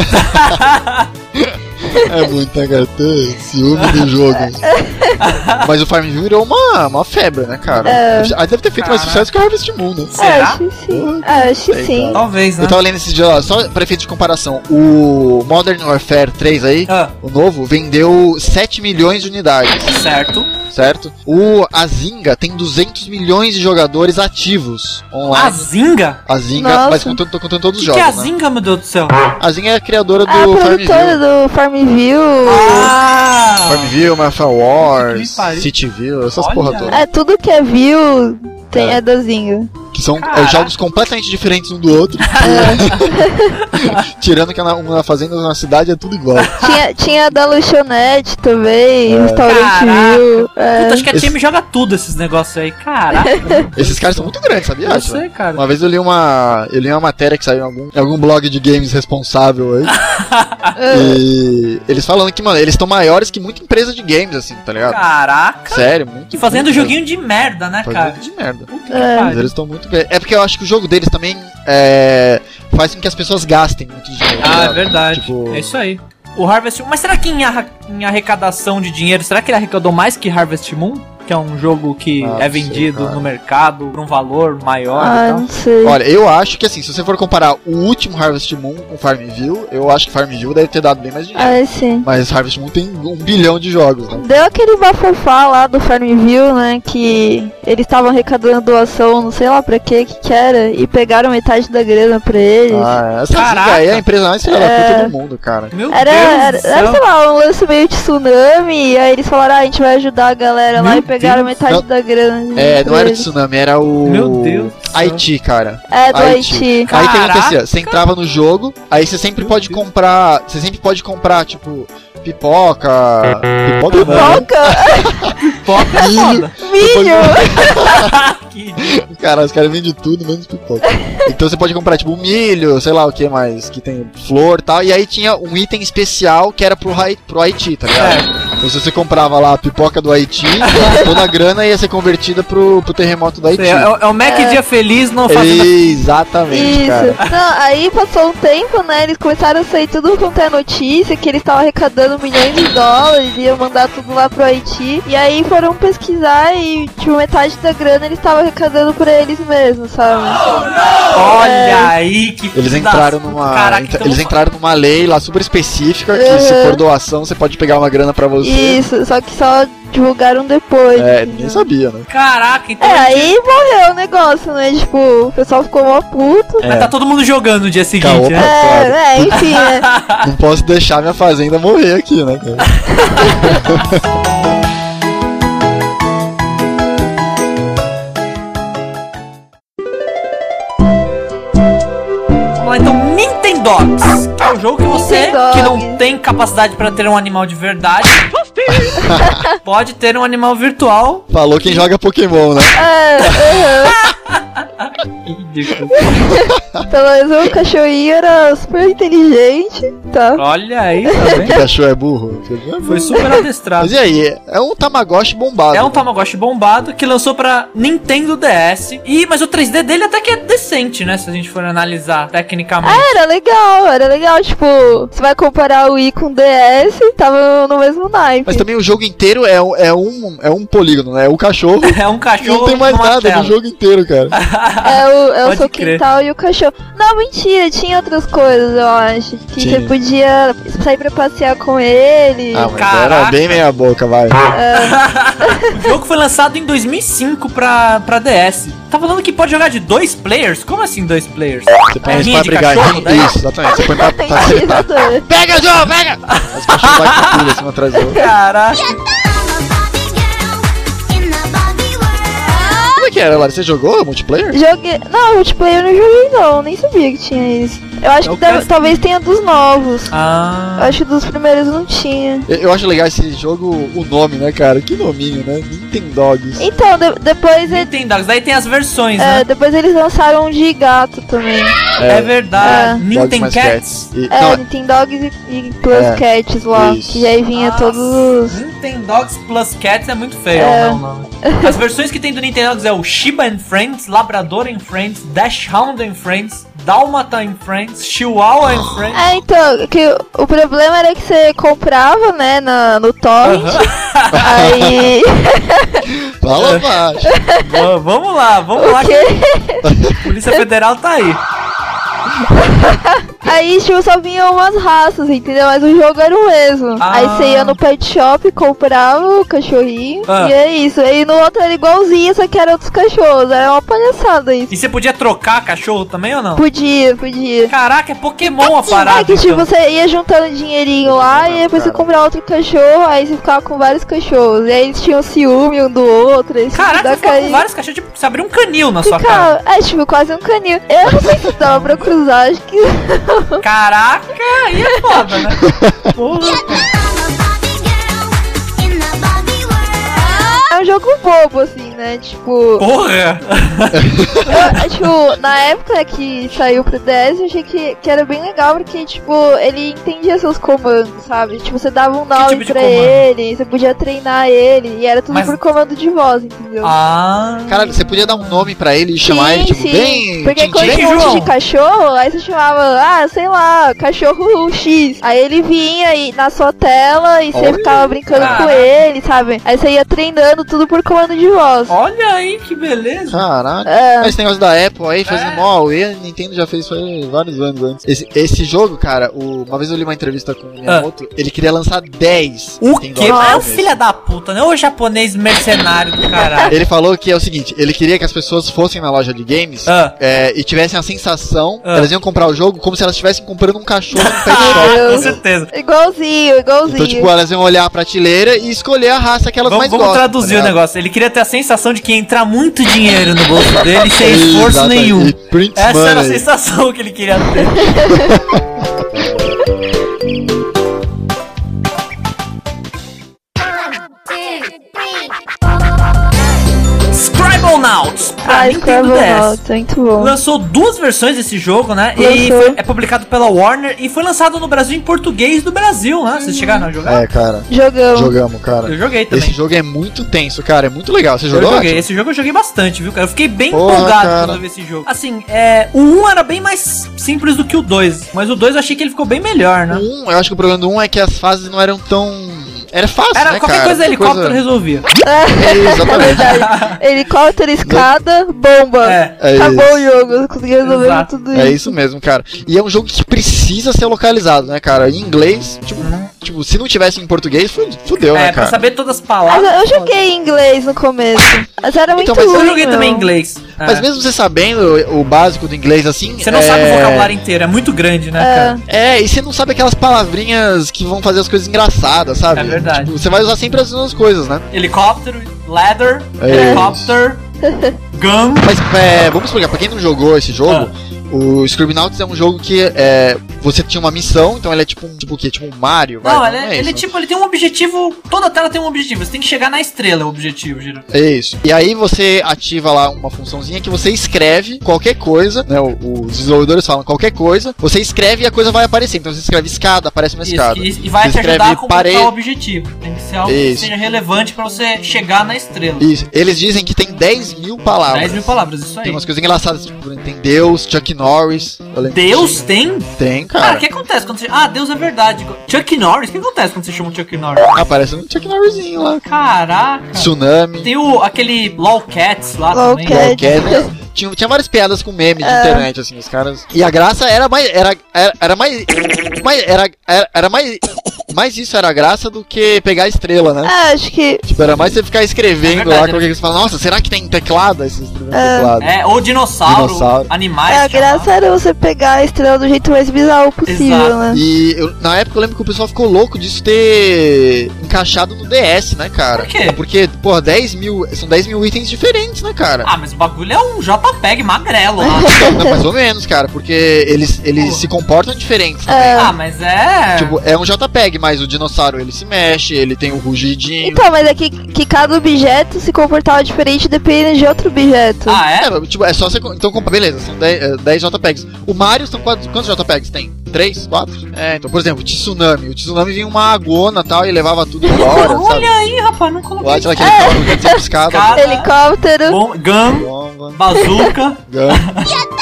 B: É muito, né, cara? Tem ciúme do jogo. Mas o Farmville virou uma, uma febre, né, cara?
C: É.
B: Aí deve ter feito mais
A: Caraca.
B: sucesso que o Harvest Moon, né?
C: é,
A: Será?
C: acho que sim. É, acho que
B: Sei,
C: sim.
B: cara.
A: Talvez, né?
B: Eu tava lendo esses dias, ó, só pra efeito de comparação, o Modern Warfare três aí,
A: Ah,
B: o novo, vendeu sete milhões de unidades,
A: certo.
B: certo? O Azinga tem duzentos milhões de jogadores ativos online.
A: A Zinga?
B: A Zynga,
C: Nossa.
B: mas contando, tô contando todos
A: O
B: os
A: que, que é a
B: jogos, né?
A: Zinga, meu Deus do céu?
B: A Zynga é a criadora do
C: A
B: Farmville.
C: produtora do Farmville.
A: Ah!
B: Farmville, Mafia
A: Que
B: Wars,
A: pariu.
B: Cityville, essas
A: Olha.
B: porra toda.
C: É, tudo que é view tem,
B: É.
C: é da Zinga.
B: Que são é,
A: Caraca.
B: jogos completamente diferentes um do outro. Tirando que na- uma na fazenda e uma na cidade é tudo igual.
C: Tinha, tinha da Lanchonete também, Restaurante
A: Caraca.
C: View. É.
A: Puta, acho que a
B: Esse-
A: time joga tudo esses negócios aí. Caraca,
B: Esses caras são muito grandes, sabia?
A: eu
B: Átila?
A: sei, cara.
B: Uma vez eu li uma, eu li uma matéria que saiu em algum, em algum blog de games responsável aí. E eles falando que, mano, eles estão maiores que muita empresa de games, assim, tá ligado?
A: Caraca.
B: Sério, muito.
A: E fazendo
B: muito
A: joguinho de merda, né,
B: mesmo.
A: cara?
B: Fazendo de merda.
A: Puta que
C: É.
B: Mas
A: pariu.
B: eles estão muito bem. É porque eu acho que o jogo deles também é, faz com que as pessoas gastem muito dinheiro. tá
A: Ah, é
B: ligado?
A: verdade.
B: Tipo,
A: É isso aí. O Harvest Moon. Mas será que em, arra- em arrecadação de dinheiro, será que ele arrecadou mais que Harvest Moon? Que é um jogo que
B: Ah,
A: é
B: não sei,
A: vendido
B: cara.
A: no mercado por um valor maior e
C: Ah,
A: tal?
C: não sei.
B: Olha, eu acho que assim, se você for comparar o último Harvest Moon com Farmville, eu acho que Farmville deve ter dado bem mais dinheiro.
C: Ah, sim.
B: Mas Harvest Moon tem um bilhão de jogos, né?
C: Deu aquele bafafá lá do Farmville, né? Que eles estavam arrecadando doação, não sei lá pra quê, que que era, e pegaram metade da grana pra eles.
B: Ah, essa
A: Caraca.
B: Zynga aí é a empresa mais filha da
C: É.
B: puta do mundo, cara.
A: Meu
C: Era,
A: Deus
C: era,
A: do
C: era,
A: céu.
C: sei lá, um lance meio de tsunami, e aí eles falaram, ah, a gente vai ajudar a galera lá
A: Meu
C: e pegaram
A: Deus.
C: metade
B: Não.
C: da grana.
B: É,
C: pra
B: não era o
C: eles.
B: tsunami, era o.
A: Meu Deus do céu.
B: Haiti, cara.
C: É, do
B: Haiti.
C: Haiti.
B: Aí o que
A: Caraca.
B: acontecia? Você entrava no jogo, aí você sempre
A: Meu
B: pode
A: Deus.
B: comprar. Você sempre pode comprar, tipo, pipoca. Pipoca não, né?
C: Pipoca?
A: Pipoca é foda.
C: Milho!
A: Que ridículo.
B: Cara, os caras vendem tudo menos pipoca. Então você pode comprar, tipo, milho, sei lá o que mais, que tem flor e tal. E aí tinha um item especial que era pro, Hai- pro Haiti, tá ligado?
A: Certo.
B: Então se você comprava lá a pipoca do Haiti, toda a grana ia ser convertida pro, pro terremoto do Haiti.
A: É, é, é o Mac Dia Feliz não fazendo.
B: Exatamente, cara.
C: Isso. Não, aí passou um tempo, né? Eles começaram a sair tudo quanto é notícia, que eles estavam arrecadando milhões de dólares, iam mandar tudo lá pro Haiti. E aí foram pesquisar e, tipo, metade da grana eles estavam arrecadando por eles mesmos, sabe?
A: Olha aí que
B: Eles
A: filho da-
B: entraram numa.
A: Caraca,
B: entra-
A: então
B: eles
A: vamos-
B: entraram numa lei lá super específica que
C: Uhum.
B: se for doação você pode pegar uma grana pra você.
C: Isso, só que só divulgaram depois.
B: É,
C: entendeu?
B: ninguém sabia, né?
A: Caraca, então.
C: É,
A: a gente-
C: aí morreu o negócio, né? Tipo, o pessoal ficou mó puto.
A: Mas tá todo mundo jogando no dia seguinte,
B: Caô
A: né?
B: pra-
C: É,
B: claro.
C: é, enfim, né?
B: Não posso deixar minha fazenda morrer aqui, né, cara?
A: Vamos lá, então, Nintendogs, que é o jogo que você,
C: Nintendogs.
A: que não tem capacidade pra ter um animal de verdade, pode ter um animal virtual.
B: Falou quem joga Pokémon, né?
C: É, aham.
A: Que ridículo.
C: Pelo menos o cachorrinho era super inteligente, tá?
A: Olha aí, tá
B: O
A: vendo?
B: cachorro é burro.
A: Foi super adestrado.
B: Mas e aí? É um Tamagotchi bombado.
A: É um
B: né?
A: Tamagotchi bombado que lançou pra Nintendo D S. E, mas o três D dele até que é decente, né? Se a gente for analisar tecnicamente.
C: Ah, era legal, era legal. Tipo, você vai comparar o Wii com o D S, tava no mesmo naipe.
B: Mas também o jogo inteiro é, um- é, um, é um polígono, né? É o cachorro.
A: É um cachorro.
B: Não tem mais
A: numa
B: nada
A: tela.
B: no jogo inteiro, cara.
C: É o, é o
A: Pode
C: seu
A: crer.
C: quintal e o cachorro. Não, mentira, tinha outras coisas, eu acho. Que
B: Tinha.
C: você podia sair pra passear com ele.
B: Ah, mas
A: Caraca.
B: era bem meia boca, vai.
A: O jogo foi lançado em dois mil e cinco pra, pra D S. Tá falando que pode jogar de dois players? Como assim dois players?
B: Você põe
A: É
B: eles
A: rinha
B: pra
A: de
B: brigar.
A: cachorro, daí?
B: Isso, exatamente. Você põe pra, pra
C: Mentira,
B: acertar.
C: adoro.
B: Pega, João, pega! Mas o cachorro vai com tudo assim, um atrás do outro.
A: Caraca.
B: Como é que era, Lara? Você jogou multiplayer?
C: Joguei. Não, multiplayer eu não joguei não, nem sabia que tinha isso. Eu acho
A: Eu
C: que deve-
A: quero-
C: talvez tenha dos novos.
A: Ah.
C: Eu acho que dos primeiros não tinha.
B: Eu, eu acho legal esse jogo, o nome, né, cara? Que nominho, né? Nintendogs.
C: Então, de- depois, ele-
A: Tem Dogs. Daí tem as versões,
C: é,
A: né?
C: depois eles lançaram um de gato também.
A: É, verdade.
C: É.
B: Dogs
A: Nintendo
B: mais
A: Cats.
B: E-
C: É,
B: não, é-
C: Nintendogs e, e Plus
B: É,
C: Cats lá.
B: isso.
C: Que aí vinha
A: Nossa,
C: todos os.
A: Nintendo Dogs Plus Cats é muito feio,
C: É.
A: não, não. As versões que tem do Nintendo Dogs é o Shiba and Friends, Labrador and Friends, Dachshund and Friends, Dálmata and Friends, Chihuahua and Friends.
C: É, então, que o problema era que você comprava, né, na, no torrent. Aí.
B: fala baixo.
A: Va- vamos lá, vamos lá.
C: O quê?
A: Que a Polícia Federal tá aí.
C: Aí, tipo, só vinha umas raças, entendeu? Mas o jogo era o mesmo.
A: Ah.
C: Aí você ia no pet shop, comprava o cachorrinho,
A: Ah.
C: e é isso. Aí no outro era igualzinho, só que era outros cachorros. Era uma palhaçada isso.
A: E você podia trocar cachorro também ou não?
C: Podia, podia.
A: Caraca, é Pokémon a parada.
C: É que tipo,
A: então.
C: você ia juntando dinheirinho lá e depois você
B: cara.
C: comprava outro cachorro, aí você ficava com vários cachorros. E aí eles tinham ciúme um do outro, aí
A: Caraca,
C: dá
A: você ficava com
C: cair.
A: vários cachorros, tipo, você abriu um canil na sua casa.
C: Ficava, é tipo, quase um canil. Eu não sei se dava pra cruzar, acho que.
A: Caraca, aí é foda, né? Porra.
C: É um jogo bobo, assim, né? Tipo.
A: Porra.
C: Eu, é, tipo, na época que saiu pro D S, eu achei que, que era bem legal, porque, tipo, ele entendia seus comandos, sabe? Tipo, você dava um nome
A: tipo de
C: pra
A: comando?
C: ele, você podia treinar ele, e era tudo
A: Mas-
C: por comando de voz, entendeu?
A: Ah.
B: Cara, você podia dar um nome pra ele e chamar ele, tipo, bem...
C: Porque
B: Tintim.
C: quando
A: Vem,
C: tinha um monte
A: João.
C: de cachorro, aí você chamava, ah, sei lá, cachorro X. Aí ele vinha e, na sua tela e você
B: Olha.
C: ficava brincando
A: Caraca.
C: com ele, sabe? Aí você ia treinando tudo por comando de voz.
A: Olha aí que beleza.
B: Caraca.
C: É.
B: Esse negócio da Apple aí, fazendo
A: É.
B: mó auê, a Nintendo já fez isso aí vários anos antes. Esse, esse jogo, cara, o- uma vez eu li uma entrevista com o Miyamoto, ele queria lançar dez
A: O
B: Nintendo
A: que? Ah, é o
B: Dogs.
A: filho da puta, né? O japonês mercenário do caralho.
B: Ele falou que é o seguinte, ele queria que as pessoas fossem na loja de games
A: Ah.
B: é, e tivessem a sensação,
A: Ah.
B: elas iam comprar o jogo como se elas estivessem comprando um cachorro no pet
A: Ah,
B: shop.
C: Deus.
A: com certeza.
C: Igualzinho, igualzinho.
B: Então, tipo, elas iam olhar a prateleira e escolher a raça que elas
A: Vamos,
B: mais
A: vamos
B: gostam.
A: traduzir
B: tá
A: o
B: ligado?
A: negócio. Ele queria ter a sensação de que ia entrar muito dinheiro no bolso dele sem esforço
B: Exatamente.
A: nenhum.
B: E Prince
A: Essa era a
B: Money.
A: sensação que ele queria ter. Scribblenauts pra
C: Ah,
A: Nintendo D S.
C: Scrabble muito bom.
A: Lançou duas versões desse jogo, né? E
C: Lançou.
A: foi- é publicado pela Warner e foi lançado no Brasil em português do Brasil, né? Vocês chegaram a jogar?
B: É, cara.
C: Jogamos.
B: Jogamos, cara.
A: Eu joguei também.
B: Esse jogo é muito tenso, cara. É muito legal. Você
A: Eu
B: jogou?
A: joguei,
B: Atila?
A: esse jogo eu joguei bastante, viu, cara? Eu fiquei bem
B: Porra,
A: empolgado
B: cara.
A: quando eu vi esse jogo. Assim, é, o um era bem mais simples do que o dois, mas o dois eu achei que ele ficou bem melhor, né?
B: O um, eu acho que o problema do um é que as fases não eram tão... Era fácil,
A: Era
B: né,
A: qualquer
B: cara?
A: coisa helicóptero
B: Coisa-
A: resolvia.
B: É,
C: É
B: exatamente.
C: verdade. Helicóptero, escada, bomba.
A: É.
B: É
C: Acabou
B: isso.
C: o jogo, eu consegui resolver
A: Exato.
C: tudo isso.
B: É isso mesmo, cara. E é um jogo que precisa ser localizado, né, cara? Em inglês, tipo, tipo se não tivesse em português, fu- fudeu,
A: É,
B: né,
A: pra
B: cara?
A: saber todas as
C: Mas
A: palavras.
C: eu, eu joguei em inglês no começo. Mas era muito
B: Então, mas eu
C: ruim,
A: Eu joguei
C: meu.
A: também em inglês.
B: Mas
A: É.
B: mesmo você sabendo o básico do inglês, assim...
A: Você não
B: é...
A: sabe o vocabulário inteiro, é muito grande, né,
C: É.
A: cara?
B: É, e você não sabe aquelas palavrinhas que vão fazer as coisas engraçadas, sabe?
A: É verdade.
B: Tipo, você vai usar sempre as mesmas coisas, né?
A: Helicóptero, ladder,
B: É.
A: helicóptero, gun.
B: Mas é, vamos explicar, pra quem não jogou esse jogo,
A: Ah.
B: O Scribblenauts é um jogo que é, você tinha uma missão, então ele é tipo um, tipo o quê? Tipo um Mario? Vai,
A: Não,
B: não
A: ele,
B: é
A: é, ele
B: isso,
A: é tipo, ele tem um objetivo, toda tela tem um objetivo, você tem que chegar na estrela, é o objetivo, Giro.
B: É isso. E aí você ativa lá uma funçãozinha que você escreve qualquer coisa, né? O, os desenvolvedores falam qualquer coisa, você escreve e a coisa vai aparecer. Então você escreve escada, aparece uma
A: Isso,
B: escada.
A: e, e vai
B: você
A: te ajudar a completar
B: parede.
A: o objetivo. Tem que ser algo
B: Isso.
A: que seja relevante pra você chegar na estrela.
B: Isso. Eles dizem que tem dez mil palavras.
A: dez mil palavras, isso aí.
B: Tem umas coisas engraçadas, tipo, tem Deus, Chuck Norris. eu lembro
A: Deus
B: disso.
A: tem?
B: Tem,
A: Cara,
B: cara.
A: o que acontece quando você... Ah, Deus é verdade. Chuck Norris? O que acontece quando você chama um Chuck Norris?
B: Aparece um Chuck Norrisinho lá.
A: Caraca.
B: Tsunami.
A: Tem o, aquele LOLcats lá
C: LOLcats.
A: também.
B: Qualquer, né? Tinha, tinha várias piadas com meme de
C: É.
B: internet, assim, os caras. E a graça era mais. Era, era, era mais. mais era, era, era mais. Mais isso era a graça do que pegar a estrela, né?
C: É, acho que.
B: Tipo, era mais você ficar escrevendo
A: É verdade,
B: lá
A: né?
B: qualquer coisa. Você fala, nossa, será que tem teclado? Aí você escreveu no
C: É.
B: teclado.
A: É, ou dinossauro,
B: Dinossauro.
A: animais.
C: É, a
A: chamava.
C: graça era você pegar a estrela do jeito mais bizarro possível,
A: Exato.
C: né?
B: E eu- na época eu lembro que o pessoal ficou louco disso ter encaixado no D S, né, cara?
A: Por quê?
B: Porque, porra, dez mil. São dez mil itens diferentes, né, cara?
A: Ah, mas o bagulho é um JPEG magrelo lá.
B: Não, mais ou menos, cara, porque eles, eles
A: Porra.
B: se comportam diferentes também.
C: É.
A: Ah, mas é...
B: Tipo, é um JPEG, mas o dinossauro ele se mexe, ele tem o rugidinho.
C: Então, mas é que, que cada objeto se comportava diferente dependendo de outro objeto.
A: Ah, é?
B: É, tipo, é só você. Então, compa- beleza, são dez, é, dez JPEGs. O Mario são quantos, quantos JPEGs tem? três? quatro? É, então, por exemplo, o Tsunami. O Tsunami vinha uma agona e tal e levava tudo embora, sabe?
A: Olha aí, rapaz, não
B: O
A: coloquei.
B: Atila aquele é. carro que tem escada.
A: Escada.
C: Helicóptero.
A: Bom, gun,
B: Bomba,
A: bazuca.
B: gun.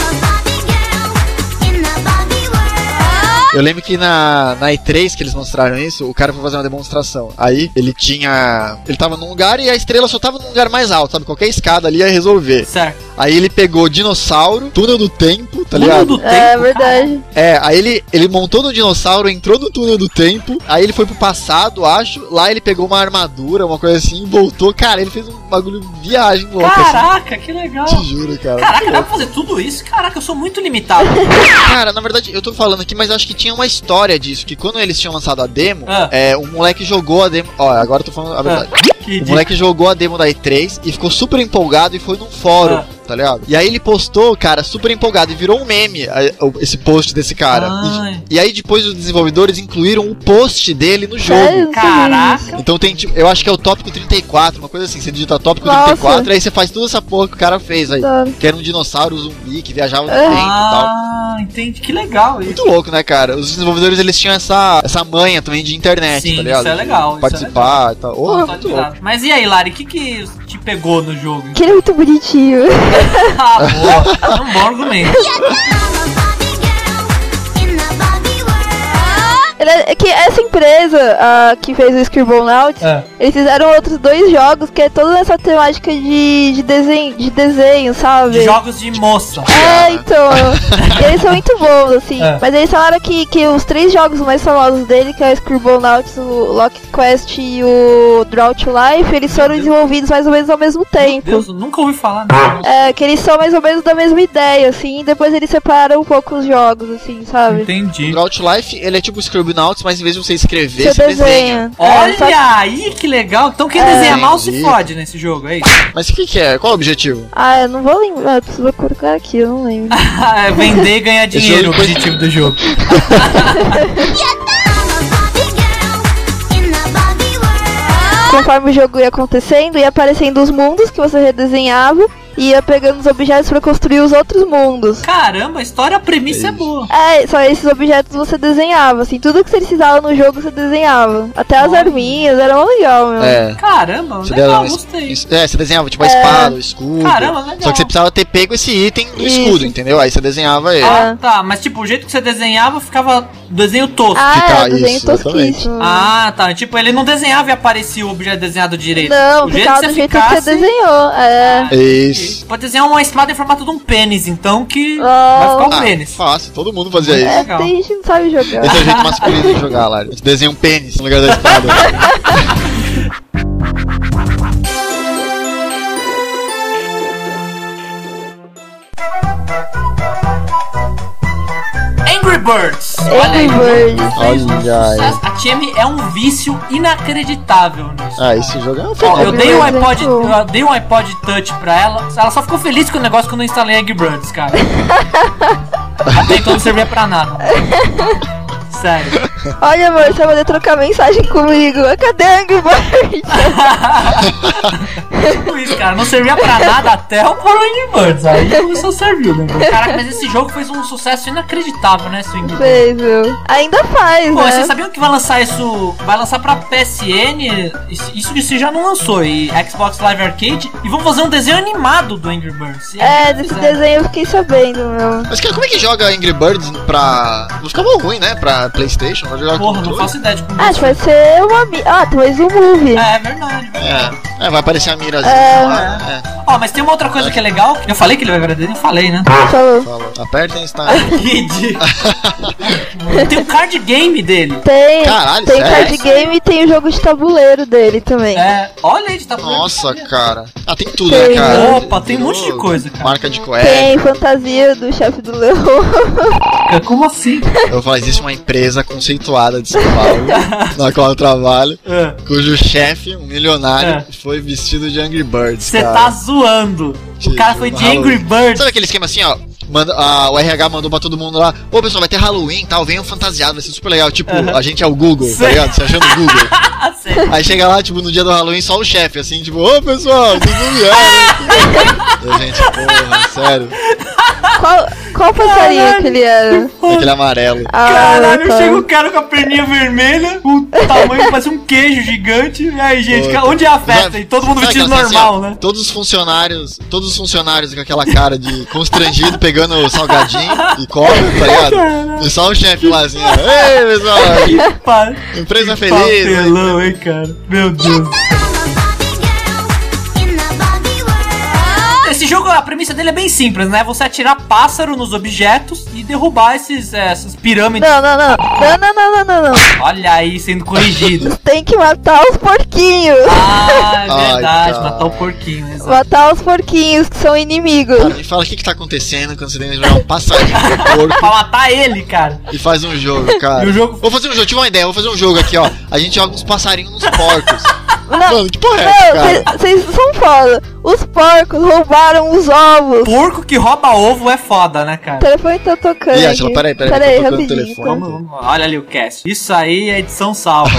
B: Eu lembro que na, na E três que eles mostraram isso, o cara foi fazer uma demonstração. Aí ele tinha. Ele tava num lugar e a estrela só tava num lugar mais alto, sabe? Qualquer escada ali ia resolver.
A: Certo.
B: Aí ele pegou dinossauro, túnel do tempo, tá
A: Túnel
B: ligado?
A: do tempo,
C: É verdade.
B: É, aí ele, ele montou no dinossauro, entrou no túnel do tempo, aí ele foi pro passado, acho. Lá ele pegou uma armadura, uma coisa assim, e voltou. Cara, ele fez um bagulho viagem louca,
A: Caraca, que legal.
B: assim. Te juro, cara.
A: Caraca, dá pra fazer tudo isso? Caraca, eu sou muito limitado.
B: Cara, na verdade, eu tô falando aqui, mas acho que tinha uma história disso, que quando eles tinham lançado a demo,
A: Ah.
B: é, um moleque jogou a demo. Ó, agora eu tô falando a verdade.
A: Que
B: O moleque jogou a demo da E três e ficou super empolgado e foi num fórum,
A: Ah.
B: tá ligado? E aí ele postou, cara, super empolgado e virou um meme a- o- esse post desse cara.
A: Ai.
B: E, e aí depois os desenvolvedores incluíram o post dele no jogo.
C: Sério? Não sabia
A: Caraca.
C: disso.
B: Então tem, tipo, eu acho que é o tópico trinta e quatro, uma coisa assim, você digita tópico
C: Nossa.
B: trinta e quatro, aí você faz toda essa porra que o cara fez aí.
C: Tá.
B: Que era um dinossauro zumbi que viajava no
C: Ah.
B: tempo e tal.
A: Ah, entendi. Que legal isso.
B: Muito louco, né, cara? Os desenvolvedores, eles tinham essa, essa manha também de internet,
A: Sim,
B: tá ligado?
A: isso é legal, isso é
B: Participar e tal. Oh,
A: Pô, tá
B: muito
A: ligado.
B: louco.
A: Mas e aí, Lari, o que que te pegou no jogo?
C: Que ele é muito bonitinho.
A: Ah, boa. É um bom argumento.
C: Ele é, é que essa empresa ah, que fez o Scribblenauts,
A: É.
C: eles fizeram outros dois jogos que é toda essa temática de, de, desenho, de desenho, sabe?
A: De jogos de moça.
C: É, então. E eles são muito bons, assim.
A: É.
C: Mas eles falaram que, que os três jogos mais famosos dele, que é o Scribblenauts, o Lock Quest e o Draw to Life, eles foram
A: Deus.
C: desenvolvidos mais ou menos ao mesmo
A: Meu
C: tempo.
A: Deus, eu nunca ouvi falar nisso.
C: É, que eles são mais ou menos da mesma ideia, assim, e depois eles separaram um pouco os jogos, assim, sabe?
A: Entendi.
B: O Drought Life, ele é tipo o Scribblenauts, mas em vez de você escrever,
C: Você
B: você desenha.
C: desenha. É,
A: Olha
C: só que-
A: aí que legal. Então quem
C: É.
A: desenha mal se
B: Entendi.
A: fode nesse jogo, é isso?
B: Mas o que que é? Qual é o objetivo?
C: Ah, eu não vou lembrar, eu preciso colocar aqui, eu não lembro.
A: É vender e ganhar dinheiro, o
B: jogo foi-
A: objetivo do jogo.
C: Conforme o jogo ia acontecendo, ia aparecendo os mundos que você redesenhava e ia pegando os objetos pra construir os outros mundos.
A: Caramba, a história, a premissa é boa.
C: É, só esses objetos você desenhava, assim, tudo que você precisava no jogo você desenhava. Até as
A: Olha.
C: arminhas, era muito legal, meu.
B: É.
A: Caramba,
B: Você,
A: legal,
B: desenhava-
A: gostei.
B: es- é, você desenhava tipo a
C: É.
B: espada, o escudo.
A: Caramba, legal.
B: Só que você precisava ter pego esse item do
C: Isso.
B: escudo, entendeu? Aí você desenhava ele.
A: Ah, tá, mas tipo, o jeito que você desenhava ficava desenho tosco.
C: Ah,
B: Fica-
C: é, desenho
B: isso, exatamente.
C: tosquíssimo.
A: Ah, tá. Tipo, ele não desenhava e aparecia o objeto desenhado direito.
C: Não,
A: o jeito
C: ficava
A: que
C: do
A: você
C: jeito que
A: ficasse,
C: você desenhou. É.
B: Isso.
A: pode desenhar uma espada em formato de um pênis, então que
C: Oh.
A: vai ficar um
B: Ah,
A: pênis.
B: fácil, todo mundo fazia isso.
C: É,
A: legal.
C: tem gente que não sabe jogar.
B: Esse é o jeito masculino de jogar lá. Você desenha um pênis no lugar da espada.
A: Angry Birds. Olha
C: Angry
A: aí.
C: Birds.
B: Olha aí.
A: A T M é um vício inacreditável nisso.
B: Ah, esse jogo é um
A: Ó,
B: fenômeno.
A: eu dei um
C: Birds é
A: iPod,
C: bom.
A: eu dei um iPod Touch pra ela. Ela só ficou feliz com o negócio quando eu instalei Angry Birds, cara. Até então não servia pra nada. Sério.
C: Olha, amor, você vai poder trocar mensagem comigo. Cadê Angry Birds?
A: Tudo isso, cara. Não servia pra nada até o Angry Birds. Aí começou a servir, né? Caraca, mas esse jogo fez um sucesso inacreditável, né, Swing Birds?
C: Fez, viu? Ainda faz,
A: Pô,
C: né?
A: vocês sabiam que vai lançar isso? Vai lançar pra P S N? Isso, isso, isso já não lançou. E Xbox Live Arcade. E vão fazer um desenho animado do Angry Birds. E
C: É,
A: aí
C: desse
A: fizeram.
C: desenho eu fiquei sabendo, meu.
B: Mas cara, como é que joga Angry Birds pra... Não ficava ruim, né? Pra PlayStation? Vai jogar
A: Porra,
B: com
A: não
B: controle?
A: faço ideia de como
C: Ah,
A: isso.
C: vai ser uma... mi- Ah, talvez um movie.
A: É, é verdade. verdade.
B: É. É, vai aparecer a mirazinha
C: É.
B: lá. É.
A: Ó, mas tem uma outra coisa que é legal. Eu falei que ele vai virar desenho? Eu falei, né?
C: Falou.
B: Falou. Apertem está.
A: Kid. Tem um card game dele.
C: Tem,
B: Caralho,
C: tem
B: sério?
C: card game e tem o jogo de tabuleiro dele também.
A: É, olha aí, tá
B: Nossa, cara. Ah, tem tudo,
C: Tem.
B: né, cara?
A: Opa, tem um monte de coisa, cara.
B: Marca de cueca.
C: Tem fantasia do chefe do leão.
A: Como assim?
B: Eu vou falar, existe uma empresa conceituada de São Paulo, na qual eu trabalho,
A: É.
B: cujo chefe, um milionário,
A: É.
B: foi vestido de Angry Birds,
A: Você
B: cara.
A: tá zoando. O
B: Tipo,
A: cara foi de
B: Halloween.
A: Angry Birds.
B: Sabe aquele esquema assim, ó? Manda, a, o R H mandou pra todo mundo lá, ô pessoal, vai ter Halloween e tal, venham fantasiado, vai ser super legal. Tipo,
A: Uhum.
B: a gente é o Google,
A: Sei.
B: tá ligado? Você achando o Google.
A: Ah, sério.
B: Aí chega lá, tipo, no dia do Halloween, só o chefe, assim, tipo, ô pessoal, vocês não vieram. E a gente, porra, sério.
C: Qual, qual passarinho
A: Caralho.
C: que ele era?
B: Aquele amarelo.
C: Ah,
A: Caralho,
C: tá.
A: chega o cara com a perninha vermelha, o tamanho parece um queijo gigante. E aí, gente,
B: Pô,
A: onde é a festa?
B: sabe-
A: E todo mundo
B: sabe
A: vestido
B: aquela assim,
A: normal,
B: ó,
A: né?
B: Todos os funcionários, todos os funcionários com aquela cara de constrangido, pegando o salgadinho e come, tá ligado? E só o chefe lá assim, ó, ei pessoal,
A: Pa-
B: empresa
A: que
B: feliz. né?
A: papelão, hein, cara? Meu Deus. Esse jogo, a premissa dele é bem simples, né? Você atirar pássaro nos objetos e derrubar esses, é, essas pirâmides.
C: Não, não, não. Não, não, não, não, não, não.
A: Olha aí, sendo corrigido.
C: Tem que matar os porquinhos.
A: Ah, é
B: Ai,
A: verdade,
B: cara.
A: matar o porquinho, exato.
C: Matar os porquinhos que são inimigos.
B: Cara, me fala o que que tá acontecendo quando você tem que jogar um passarinho no corpo
A: Pra matar ele, cara.
B: e faz um jogo, cara.
A: E o jogo-
B: Vou fazer um jogo, tive uma ideia, vou fazer um jogo aqui, ó. A gente joga uns passarinhos nos porcos.
C: Não,
B: Mano, que porra é essa, cara?
C: não, vocês são foda. Os porcos roubaram os ovos.
A: Porco que rouba ovo é foda, né,
C: O
A: cara?
C: telefone tá tocando.
B: Ih, Átila,
C: aqui.
B: peraí, peraí,
C: Peraí,
B: tá tocando o
C: rapidinho.
B: telefone.
A: Vamos, vamos. Olha ali o cast. Isso aí é edição salva.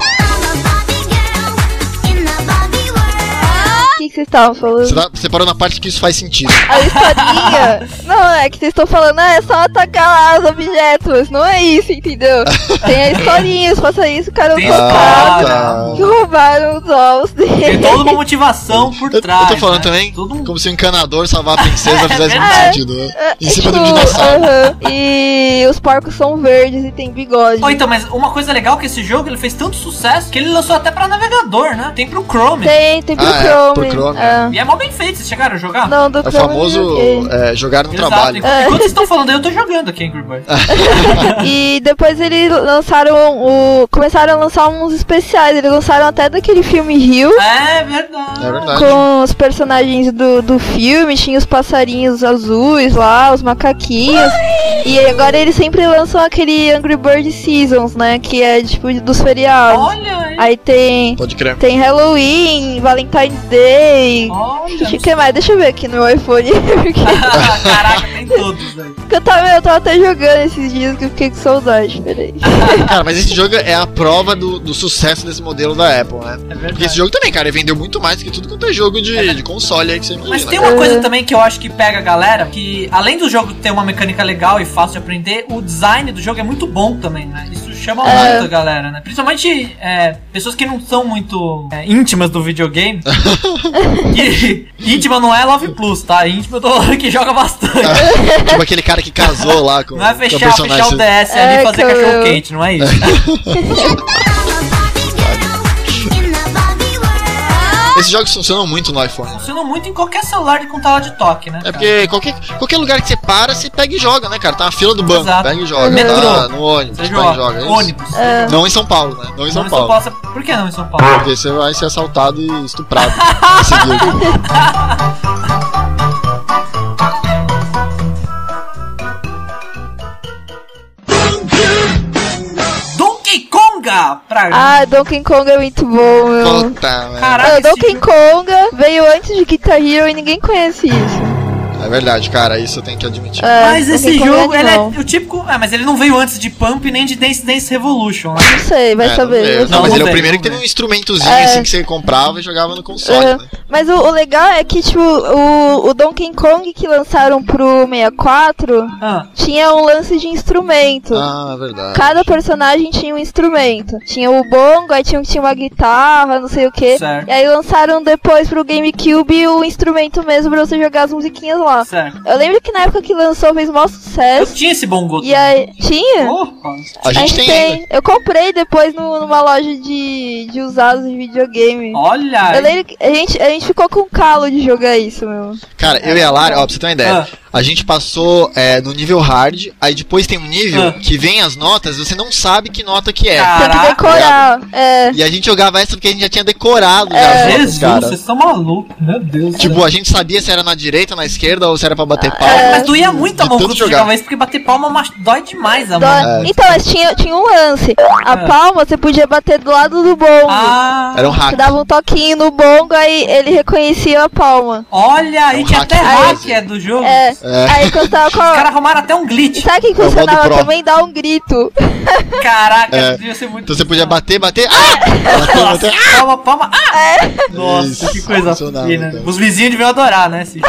C: O que que vocês estavam falando?
B: Você, tá, você parou na parte que isso faz sentido.
C: A historinha. Não, é que vocês estão falando, ah, é só atacar lá os objetos. Não é isso, entendeu? Tem a historinha, os passarinhos ficaram
A: Tem
C: tocados.
B: Ah,
C: Que roubaram os ovos
A: Tem
C: dele.
A: toda uma motivação por
B: Eu,
A: trás.
B: eu tô falando
A: né?
B: também
A: Todo um...
B: como se o encanador salvar a princesa fizesse muito
C: verdade.
B: sentido, né?
C: É,
B: Em cima
C: tipo,
B: do dinossauro.
C: aham. E os porcos são verdes e tem bigode.
A: Oh, então, mas uma coisa legal é que esse jogo ele fez tanto sucesso que ele lançou até pra navegador, né? Tem pro Chrome.
C: Tem, tem pro
B: Ah, é,
C: Chrome.
B: pro Chrome.
C: É.
A: E é mó bem feito, vocês chegaram a jogar?
C: Não, do
B: É o
C: Chrome eu
B: famoso
C: joguei.
B: é, jogar no
A: Exato.
B: trabalho.
A: Enquanto, enquanto vocês estão falando aí, eu tô jogando aqui Angry Birds.
C: E depois eles lançaram o. Começaram a lançar uns especiais. Eles lançaram até daquele filme Rio.
A: É verdade.
B: É verdade.
C: Com os personagens do, do filme, tinha os passarinhos azuis lá, os macaquinhos. E agora eles sempre lançam aquele Angry Bird Seasons, né? Que é tipo dos feriados.
A: Olha aí.
C: Aí tem.
B: Pode crer.
C: Tem Halloween, Valentine's Day.
A: Olha.
C: O que mais? Deixa eu ver aqui no meu iPhone. Porque
A: Caraca, tem todos aí.
C: eu tava, eu tava até jogando esses dias que eu fiquei com saudade. Peraí.
B: Cara, mas esse jogo é a prova do, do sucesso desse modelo da Apple, né?
A: É
B: Porque
A: verdade.
B: esse jogo também, cara, ele vendeu muito mais que tudo quanto é jogo de, de console aí que você imagina.
A: Mas tem uma coisa também que eu acho que pega a galera, que além do jogo ter uma mecânica legal e fácil de aprender, o design do jogo é muito bom também, né? Isso chama
C: É.
A: muito a galera, né? Principalmente é, pessoas que não são muito é, íntimas do videogame. E íntima não é Love Plus, tá? Íntima do que joga bastante.
B: Tipo aquele cara que casou lá com,
A: Não é
B: com a
A: fechar, fechar o D S ali
C: É,
A: e fazer
C: que eu-
A: cachorro quente, não é isso?
B: Esses jogos funcionam muito no iPhone.
A: Funciona muito em qualquer celular de com tela de toque, né?
B: É porque qualquer, qualquer lugar que você para, você pega e joga, né, cara? Tá na fila do banco,
A: Exato.
B: pega e joga.
A: Metrô.
B: Tá no ônibus,
A: Você
B: pega
A: joga,
B: e joga. é isso.
A: ônibus.
C: É.
B: Não em São Paulo, né? Não em São
A: Não em
B: Paulo.
A: São Paulo. você- Por que não em São Paulo?
B: Porque você vai ser assaltado e estuprado em seguida.
A: Konga! Pra
C: Ah, Donkey Kong é muito bom, meu.
B: Puta, velho.
A: Caraca,
C: Ah,
A: esse
C: Donkey
A: jogo-
C: Konga veio antes de Guitar Hero e ninguém conhece isso.
B: É verdade, cara, isso eu tenho que admitir.
C: É,
A: Mas esse
C: Donkey Kong
A: jogo, ele é
C: animal.
A: o típico. É, mas ele não veio antes de Pump nem de Dance Dance Revolution, né?
C: Não sei, vai
B: É,
C: saber.
B: Não,
C: vai
B: não,
C: saber.
B: mas ele é o
A: Não
B: primeiro
A: veio,
B: que teve
A: não
B: um
A: veio.
B: instrumentozinho
C: É.
B: assim que você comprava e jogava no console,
C: Uhum.
B: né?
C: Mas o, o legal é que, tipo, o, o Donkey Kong que lançaram pro sessenta e quatro
A: Ah,
C: tinha um lance de instrumento.
B: Ah, é verdade.
C: Cada personagem tinha um instrumento. Tinha o bongo, aí tinha um que tinha uma guitarra, não sei o que.
A: Certo.
C: E aí lançaram depois pro GameCube o instrumento mesmo pra você jogar as musiquinhas lá.
A: certo.
C: Eu lembro que na época que lançou fez maior
A: Eu
C: sucesso.
A: tinha esse bongo.
C: E aí. Tinha?
A: Opa.
B: A gente tem ainda.
C: Eu comprei depois no- numa loja de, de usados de videogame.
A: Olha.
C: Eu lembro que a gente, a gente ficou com calo de jogar isso, meu.
B: Cara, eu e a Lara, ó, pra você ter uma ideia,
A: Ah.
B: a gente passou é, no nível hard, aí depois tem um nível
A: Ah.
B: que vem as notas, você não sabe que nota que é.
A: Caraca.
C: Tem que decorar. É.
B: E a gente jogava essa porque a gente já tinha decorado já
C: É.
B: as notas,
A: Jesus,
B: cara.
A: vocês estão malucos. Meu Deus.
B: Tipo, a gente sabia se era na direita, na esquerda ou se era pra bater palma.
C: É.
A: Mas doía muito a
B: De
A: mão
B: tanto
A: quando você
B: jogar.
A: jogava isso, porque bater palma mas dói demais a
C: Dó-
A: mão.
B: É.
C: Então, mas tinha, tinha um lance. A
A: É.
C: palma você podia bater do lado do bongo.
A: Ah,
B: Era um
C: Você
B: hack.
C: dava um toquinho no bongo, aí ele reconhecia a palma.
A: olha, aí
B: É um
A: tinha
B: hack
A: até
B: famoso.
A: hack é, do jogo.
C: É.
B: É.
C: Aí quando tava com
A: Os caras
C: a...
A: arrumaram até um glitch.
C: Sabe o que
B: É o modo
C: funcionava
B: pro.
C: também? Dar um grito.
A: Caraca,
B: É.
A: devia ser muito.
B: Então você podia bater, bater. Ah! Bater,
A: Nossa,
B: bater.
A: palma, palma. Ah! Nossa,
B: Isso,
A: que coisa
B: funcionava,
A: fina.
B: cara.
A: Os vizinhos deviam adorar, né? Esse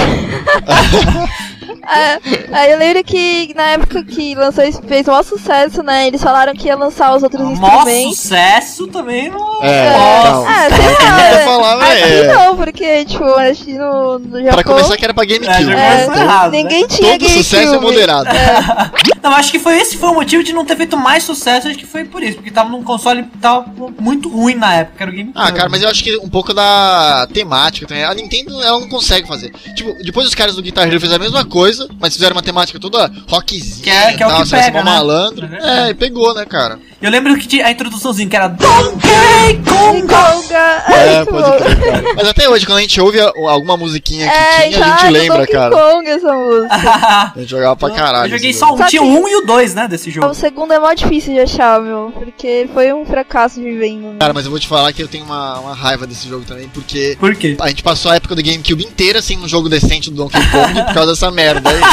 A: jogo.
C: É, aí eu lembro que na época que lançou isso, fez um maior sucesso, né? Eles falaram que ia lançar os outros
A: Mó
C: instrumentos.
A: sucesso também no.
B: É,
A: Nossa.
B: não.
C: Ah, sei
B: Calma que a
C: lá.
B: gente vai
C: né?
B: falar,
C: Aqui
B: é.
C: não, porque, tipo, acho que no, no Japão...
B: Pra começar que era pra
A: É,
B: GameCube.
A: já
B: né?
A: começou errado, né?
C: ninguém tinha
B: Todo
C: GameCube.
B: sucesso é moderado.
A: Não, acho que foi esse foi o motivo de não ter feito mais sucesso, acho que foi por isso, porque tava num console que tava muito ruim na época, era o GameCube.
B: Ah, cara, mas eu acho que um pouco da temática também. A Nintendo, ela não consegue fazer. Tipo, depois os caras do Guitar Hero fizeram a mesma coisa, mas fizeram uma temática toda rockzinha.
A: Que é- que é o
B: tal,
A: que
B: você vai ser
A: pega,
B: mó
A: né?
B: malandro.
A: É verdade.
B: É, e pegou, né, cara?
A: Eu lembro que tinha a introduçãozinha que era Donkey Kong.
C: Konga.
B: É,
C: muito
B: pode
C: bom.
B: crer, cara. Mas até hoje, quando a gente ouve a- alguma musiquinha que
C: É,
B: tinha,
C: então,
B: a gente
C: ah,
B: lembra,
C: Donkey
B: cara.
C: Kong essa música.
B: A gente jogava pra caralho.
A: Eu joguei
B: esse
A: só
B: jogo.
A: um,
C: Só
A: tinha
C: que-
A: o um e o dois, né, desse jogo.
C: O segundo é mó difícil de achar, meu. Porque foi um fracasso de venda.
B: Cara, mas eu vou te falar que eu tenho uma, uma raiva desse jogo também, porque
A: Por quê?
B: a gente passou a época do GameCube inteira sem um jogo decente do Donkey Kong por causa dessa merda aí, né,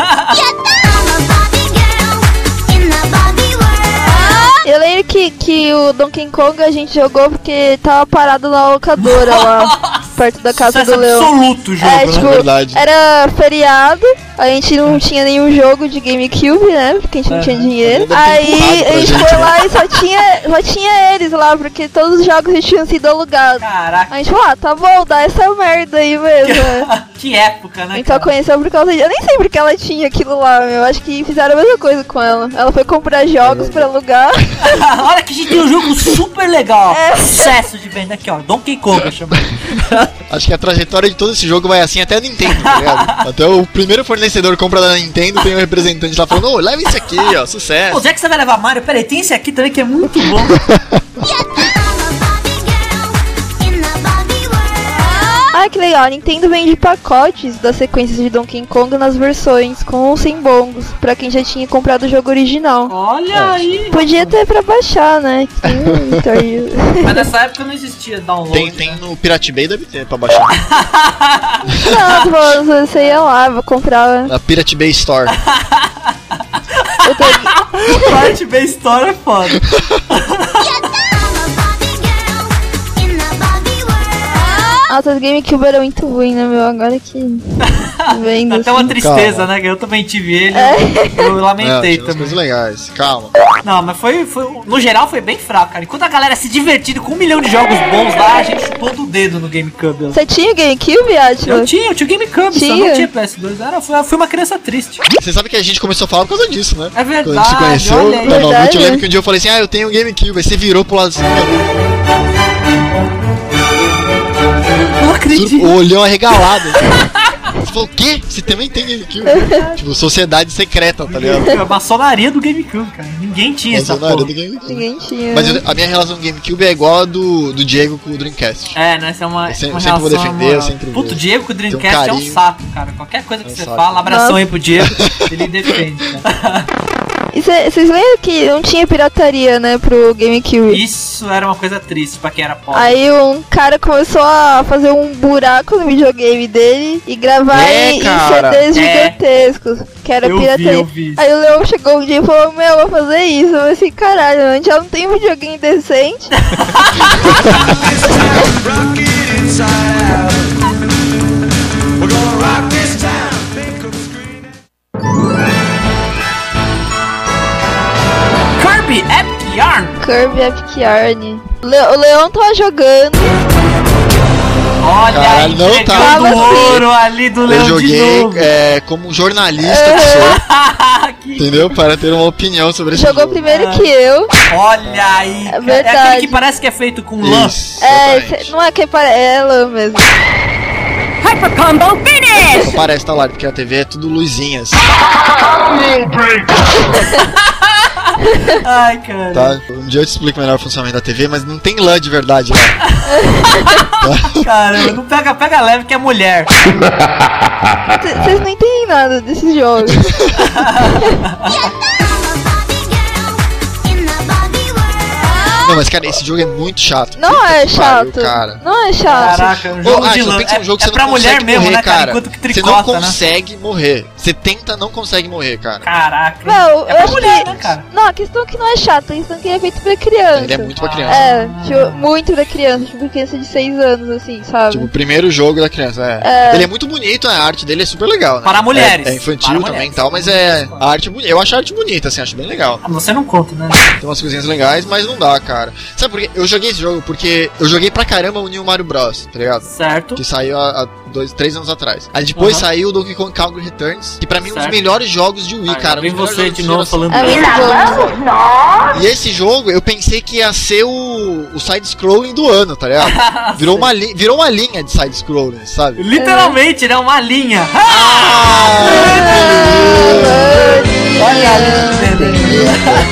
B: cara?
C: Eu lembro que, que o Donkey Kong a gente jogou porque tava parado na locadora lá, perto da casa
A: Sucesso
C: do Leão.
A: absoluto o jogo,
C: É,
A: né?
C: tipo,
B: verdade.
C: era feriado, a gente não tinha nenhum jogo de GameCube, né? Porque a gente não
A: É.
C: tinha dinheiro.
B: Deve ter empurrado
C: Aí
B: pra
C: a gente
B: gente,
C: foi
B: né?
C: lá e só tinha, só tinha eles lá, porque todos os jogos já tinham sido alugados.
A: Caraca,
C: A gente falou, ah, tá bom, dá essa merda aí mesmo. né?
A: que época, né?
C: Então
A: cara?
C: conheceu por causa disso. Eu nem sei porque ela tinha aquilo lá, meu. Acho que fizeram a mesma coisa com ela. Ela foi comprar jogos pra alugar.
A: Olha que a gente tem um jogo super legal.
C: É.
A: Sucesso de venda aqui, ó. Donkey Kong, eu chamo.
B: Acho que a trajetória de todo esse jogo vai assim até a Nintendo, tá ligado? Até o primeiro fornecedor compra da Nintendo, tem um representante lá falando, ô, leva esse aqui, ó,
A: Pô,
B: sucesso.
A: já que você vai levar Mario, peraí, tem esse aqui também que é muito bom.
C: Ah, que legal. A Nintendo vende pacotes das sequências de Donkey Kong nas versões com ou sem bongos, pra quem já tinha comprado o jogo original.
A: Olha aí.
C: Podia ter pra baixar, né? Que tem um Guitar Hero.
A: Mas nessa época não existia download.
B: Tem, tem
A: né?
B: no Pirate Bay, deve ter pra baixar.
C: Não, tô falando, você ia lá, vou comprar.
B: Na Pirate Bay Store.
C: Eu tô...
A: Parte Bay Store é foda.
C: Nossa, os GameCube eram muito ruins, né, meu? Agora que vendo
A: Dá até uma
C: assim.
A: tristeza,
B: Calma.
A: né? Que eu também tive ele.
C: É.
A: Eu, eu
B: Não,
A: lamentei
B: tinha umas
A: também.
B: coisas legais, calma.
A: Não, mas foi, foi. No geral foi bem fraco, cara. Enquanto a galera se divertindo com um milhão de jogos bons lá, a gente chupou do dedo no GameCube. ó.
C: Você tinha GameCube, Atila?
A: Eu tinha, eu tinha o GameCube, só
C: Tinha?
A: não tinha P S dois. Era, fui, fui uma criança triste.
B: Você sabe que a gente começou a falar por causa disso, né?
A: É verdade,
B: Quando a gente se conheceu,
A: olha aí.
B: na Nova,
C: Verdade,
B: eu lembro
C: né?
B: que um dia eu falei assim, ah, eu tenho um GameCube. Aí você virou pro lado assim,
A: Não acredito.
B: o olhão arregalado. Você falou, o quê? Você também tem GameCube? Tipo, sociedade secreta, tá ligado?
A: É a maçonaria do GameCube, cara. Ninguém tinha essa
B: Funcionário
A: porra.
B: do GameCube.
C: Ninguém tinha.
B: Mas eu- a minha relação com o GameCube é igual a do, do Diego com o Dreamcast.
A: É, né? Essa é uma.
B: Eu sempre-
A: uma
B: eu sempre vou
A: relação
B: defender, eu
A: amorosa.
B: sempre vou.
A: Puto, o Diego com o
B: Tem um
A: Dreamcast é um
B: carinho.
A: saco, cara. Qualquer coisa que
B: É um
A: você
B: saco.
A: fala, abração
C: Nossa.
A: aí pro Diego, ele defende, cara.
C: E vocês lembram que não tinha pirataria, né, pro GameCube?
A: Isso era uma coisa triste pra quem era pobre.
C: Aí um cara começou a fazer um buraco no videogame dele e gravar
B: É,
C: em, em
B: cara.
C: C Ds
A: É.
C: gigantescos, que era
A: Eu vi,
C: pirataria.
A: eu vi.
C: Aí o Leão chegou um dia e falou, meu, eu vou fazer isso. Eu falei assim, caralho, a gente já não tem um videogame decente.
A: Kirby Epic Yarn.
C: Kirby Epic Yarn. Le o Leão tava jogando.
A: Olha
B: Caralho,
A: aí,
B: não
A: pegando
C: tava
A: o
C: assim.
A: ouro ali do
B: Eu
A: Leão de
B: joguei
A: novo.
B: é, como jornalista que sou,
A: Que-
B: entendeu? Para ter uma opinião sobre esse
C: Jogou
B: jogo.
C: primeiro
A: Ah.
C: que eu.
A: Olha aí.
C: É
A: cara.
C: verdade.
A: aquele que parece que é feito com lã.
B: Isso,
C: É,
B: exatamente.
C: cê- não é que pare... é lã mesmo.
D: Hyper Combo Finish!
B: Não parece, tá lá, porque a T V é tudo luzinhas,
A: Ai, cara.
B: tá? Um dia eu te explico melhor o funcionamento da T V, mas não tem lã de verdade lá.
A: Caramba, não pega, pega leve que é mulher.
C: Vocês não entendem nada desses jogos.
B: Não, mas cara, esse jogo é muito chato.
C: Não
B: Puta
C: é
B: que pariu,
C: chato.
B: cara.
C: Não é chato.
A: Caraca, um
B: Ô,
A: jogo
B: ah,
A: de
B: só
A: lã.
B: pensa
A: É,
B: num jogo que
A: é
B: você
A: pra
B: não
A: mulher
B: consegue
A: mesmo,
B: morrer,
A: né, cara?
B: cara.
A: Enquanto que
B: Você não
A: tricota, né?
B: consegue morrer. Você tenta, não consegue morrer, cara.
A: Caraca.
C: Meu,
A: é
C: eu
A: pra
C: acho
A: mulher,
C: que...
A: né, cara?
C: Não, a questão é que não é chato, a questão é que ele é feito pra criança.
B: Ele é muito pra criança.
C: É, tipo, muito pra criança, tipo, criança de seis anos, assim, sabe?
B: Tipo, o primeiro jogo da criança, é.
C: É.
B: Ele é muito bonito, a arte dele é super legal, né?
A: Para mulheres.
B: É, é infantil
A: Para
B: também e
A: mulheres.
B: tal, mas é. A arte bonita. Eu acho a arte bonita, assim, acho bem legal.
A: Ah, Você não conta, né?
B: Tem umas coisinhas legais, mas não dá, cara. Sabe por quê? Eu joguei esse jogo porque eu joguei pra caramba o New Mario Bros, tá ligado?
A: Certo.
B: Que saiu há, há dois, três anos atrás. Aí depois
A: Uhum.
B: saiu o Donkey Kong Country Returns, que pra mim é um dos
A: Certo.
B: melhores jogos de Wii,
A: Ah,
B: cara. um
A: vem
B: dos melhores
A: você
B: jogos
A: de novo
B: geração.
A: falando
C: É muito bom.
B: E esse jogo, eu pensei que ia ser o, o side-scrolling do ano, tá ligado? Virou uma, li, virou uma linha de side-scrolling, sabe?
A: Literalmente, né? Uma linha.
B: Ah,
A: Olha a linha dele.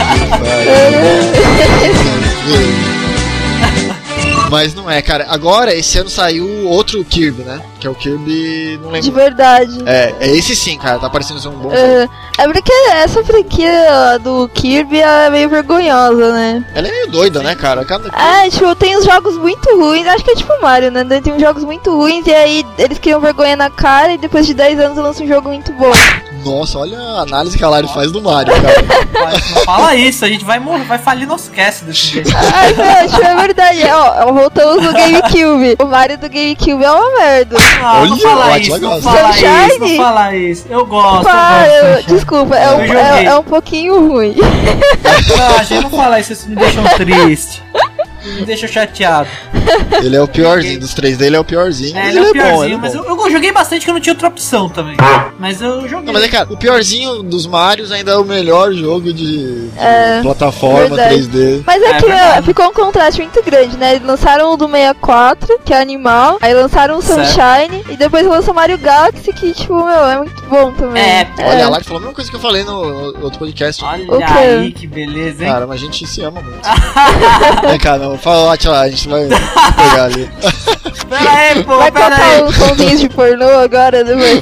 B: Mas não é, cara. Agora, esse ano saiu outro Kirby, né? Que é o Kirby... Não
C: De
B: lembro.
C: verdade.
B: É, é esse sim, cara. Tá parecendo ser um bom jogo.
C: É, é porque essa franquia do Kirby é meio vergonhosa, né?
B: Ela é meio doida, né, cara? Cada...
C: É, tipo, tem uns jogos muito ruins, acho que é tipo Mario, né? Tem uns jogos muito ruins e aí eles criam vergonha na cara e depois de dez anos lançam um jogo muito bom.
B: Nossa, olha a análise que a Lari faz do Mario, cara.
A: Mas não fala isso, a gente vai morrer, vai falir nosso cast desse jeito.
C: Ah, não, tipo, é verdade. Ó, voltamos no GameCube. O Mario do GameCube é uma merda.
A: Não, não
B: Olha,
A: fala
B: o
A: isso,
B: Atila
A: não
B: gosta.
A: fala isso,
C: Sunshine?
A: não fala isso. Eu gosto,
C: Para,
A: eu
C: eu-
A: gosto.
C: desculpa, é
A: Eu
C: um, é,
A: joguei.
C: é um pouquinho ruim.
A: Não, a gente não fala isso, isso me deixa triste. Me deixa chateado.
B: Ele é o piorzinho. Dos três dele é o piorzinho.
A: É,
B: mas
A: ele é o
B: bom,
A: piorzinho,
B: ele é
A: mas
B: bom.
A: eu, eu joguei bastante que eu não tinha outra opção também. Mas eu joguei.
B: Não, mas é, cara, o piorzinho dos Marios ainda é o melhor jogo de, de
C: É,
B: plataforma
C: verdade.
B: três D.
C: Mas é,
A: É
C: que meu,
A: verdade.
C: ficou um contraste muito grande, né? Eles lançaram o do sessenta e quatro, que é animal, aí lançaram o
A: Certo.
C: Sunshine, e depois lançou Mario Galaxy, que, tipo, meu, é muito bom também.
A: É,
B: Olha, a Lari falou a mesma coisa que eu falei no, no outro podcast.
A: Olha
C: O quê?
A: aí que beleza, hein?
B: Cara, mas a gente se ama muito. Vem cá, não. Fala, Atila, a gente vai pegar ali.
A: Pera aí, pô,
C: Vai
A: pera
C: cantar
A: aí.
C: uns sonzinhos de pornô agora, depois.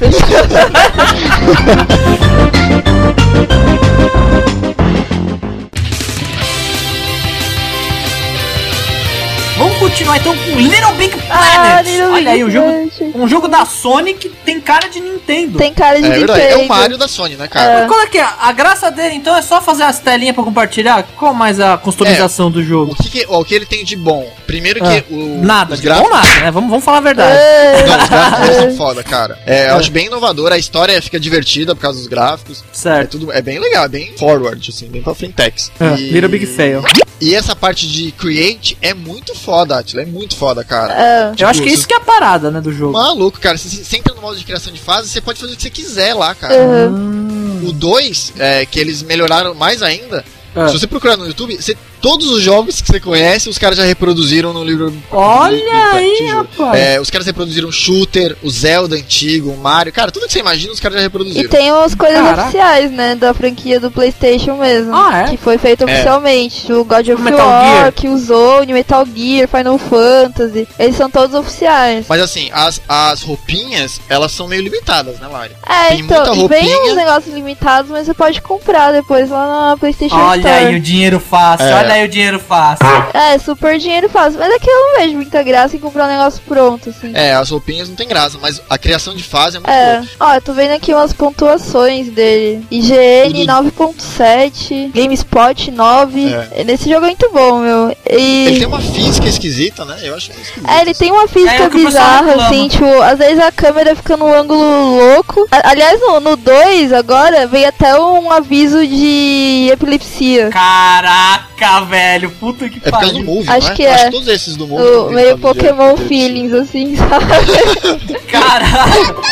A: Vamos continuar então com Little Big Planet.
C: Ah, Little
A: Olha
C: Big
A: aí, um jogo,
C: Planet.
A: um jogo da Sony que tem cara de Nintendo.
C: Tem cara de
B: É verdade, é o
C: Nintendo.
B: Mario da Sony, né, cara?
C: É.
A: Qual é que é? A graça dele então é só fazer as telinhas pra compartilhar? Qual mais a customização do jogo?
B: O que, que, ó, o que ele tem de bom? Primeiro que
A: Ah,
B: o,
A: Nada,
B: os
A: de bom
B: gráficos...
A: nada, né? Vamos, vamos falar a verdade.
C: É.
B: Não, os gráficos dele são foda, cara. É, eu acho bem inovador, a história fica divertida por causa dos gráficos. É,
A: Certo.
B: tudo, é bem legal, é bem forward, assim, bem pra frentex.
A: É, Little Big Fail.
B: E essa parte de create é muito foda, Atila, é muito foda, cara.
C: É.
A: Eu acho que
B: Tipo,
A: isso que é a parada, né, do jogo.
B: Maluco, cara, você, você entra no modo de criação de fase, você pode fazer o que você quiser lá, cara.
C: Uhum.
B: O dois, é, que eles melhoraram mais ainda,
A: É.
B: se você procurar no YouTube, você Todos os jogos que você conhece, os caras já reproduziram no livro.
A: Olha aí, rapaz.
B: É, os caras reproduziram Shooter, o Zelda antigo, o Mario. Cara, tudo que você imagina, os caras já reproduziram.
C: E tem umas coisas
A: Caraca.
C: oficiais, né? Da franquia do PlayStation mesmo.
A: Ah, é?
C: Que foi feito
B: É.
C: oficialmente. O God of
A: Metal
C: War,
A: Gear.
C: que usou, Metal Gear, Final Fantasy. Eles são todos oficiais.
B: Mas assim, as, as roupinhas, elas são meio limitadas, né, Lari?
C: É,
B: Tem muita
C: então, e vem
B: roupinha.
C: uns negócios limitados, mas você pode comprar depois lá na PlayStation
A: Olha
C: Store.
A: aí o dinheiro fácil,
B: É.
A: olha aí o dinheiro fácil.
C: É, super dinheiro fácil. Mas é que eu não vejo muita graça em comprar um negócio pronto, assim.
B: É, as roupinhas não tem graça, mas a criação de fase é muito
C: É,
B: boa.
C: ó, eu tô vendo aqui umas pontuações dele. I G N
B: Tudo-
C: nove ponto sete, GameSpot nove.
B: É.
C: Esse jogo é muito bom, meu. E...
B: Ele tem uma física esquisita, né? Eu acho meio esquisito.
C: É, ele tem uma
A: É,
C: física
A: é o que o pessoal
C: bizarra,
A: reclama.
C: assim, tipo, às vezes a câmera fica num ângulo louco. A- aliás, no dois agora vem até um aviso de epilepsia.
A: Caraca, velho, puta que
B: É por causa do
A: pariu.
B: Move,
C: Acho
B: não é?
C: que é.
B: Acho que todos esses do Move.
C: O,
B: tem
C: meio
B: fase de
C: Pokémon
B: epilepsia.
C: Feelings, assim, sabe?
A: Caraca.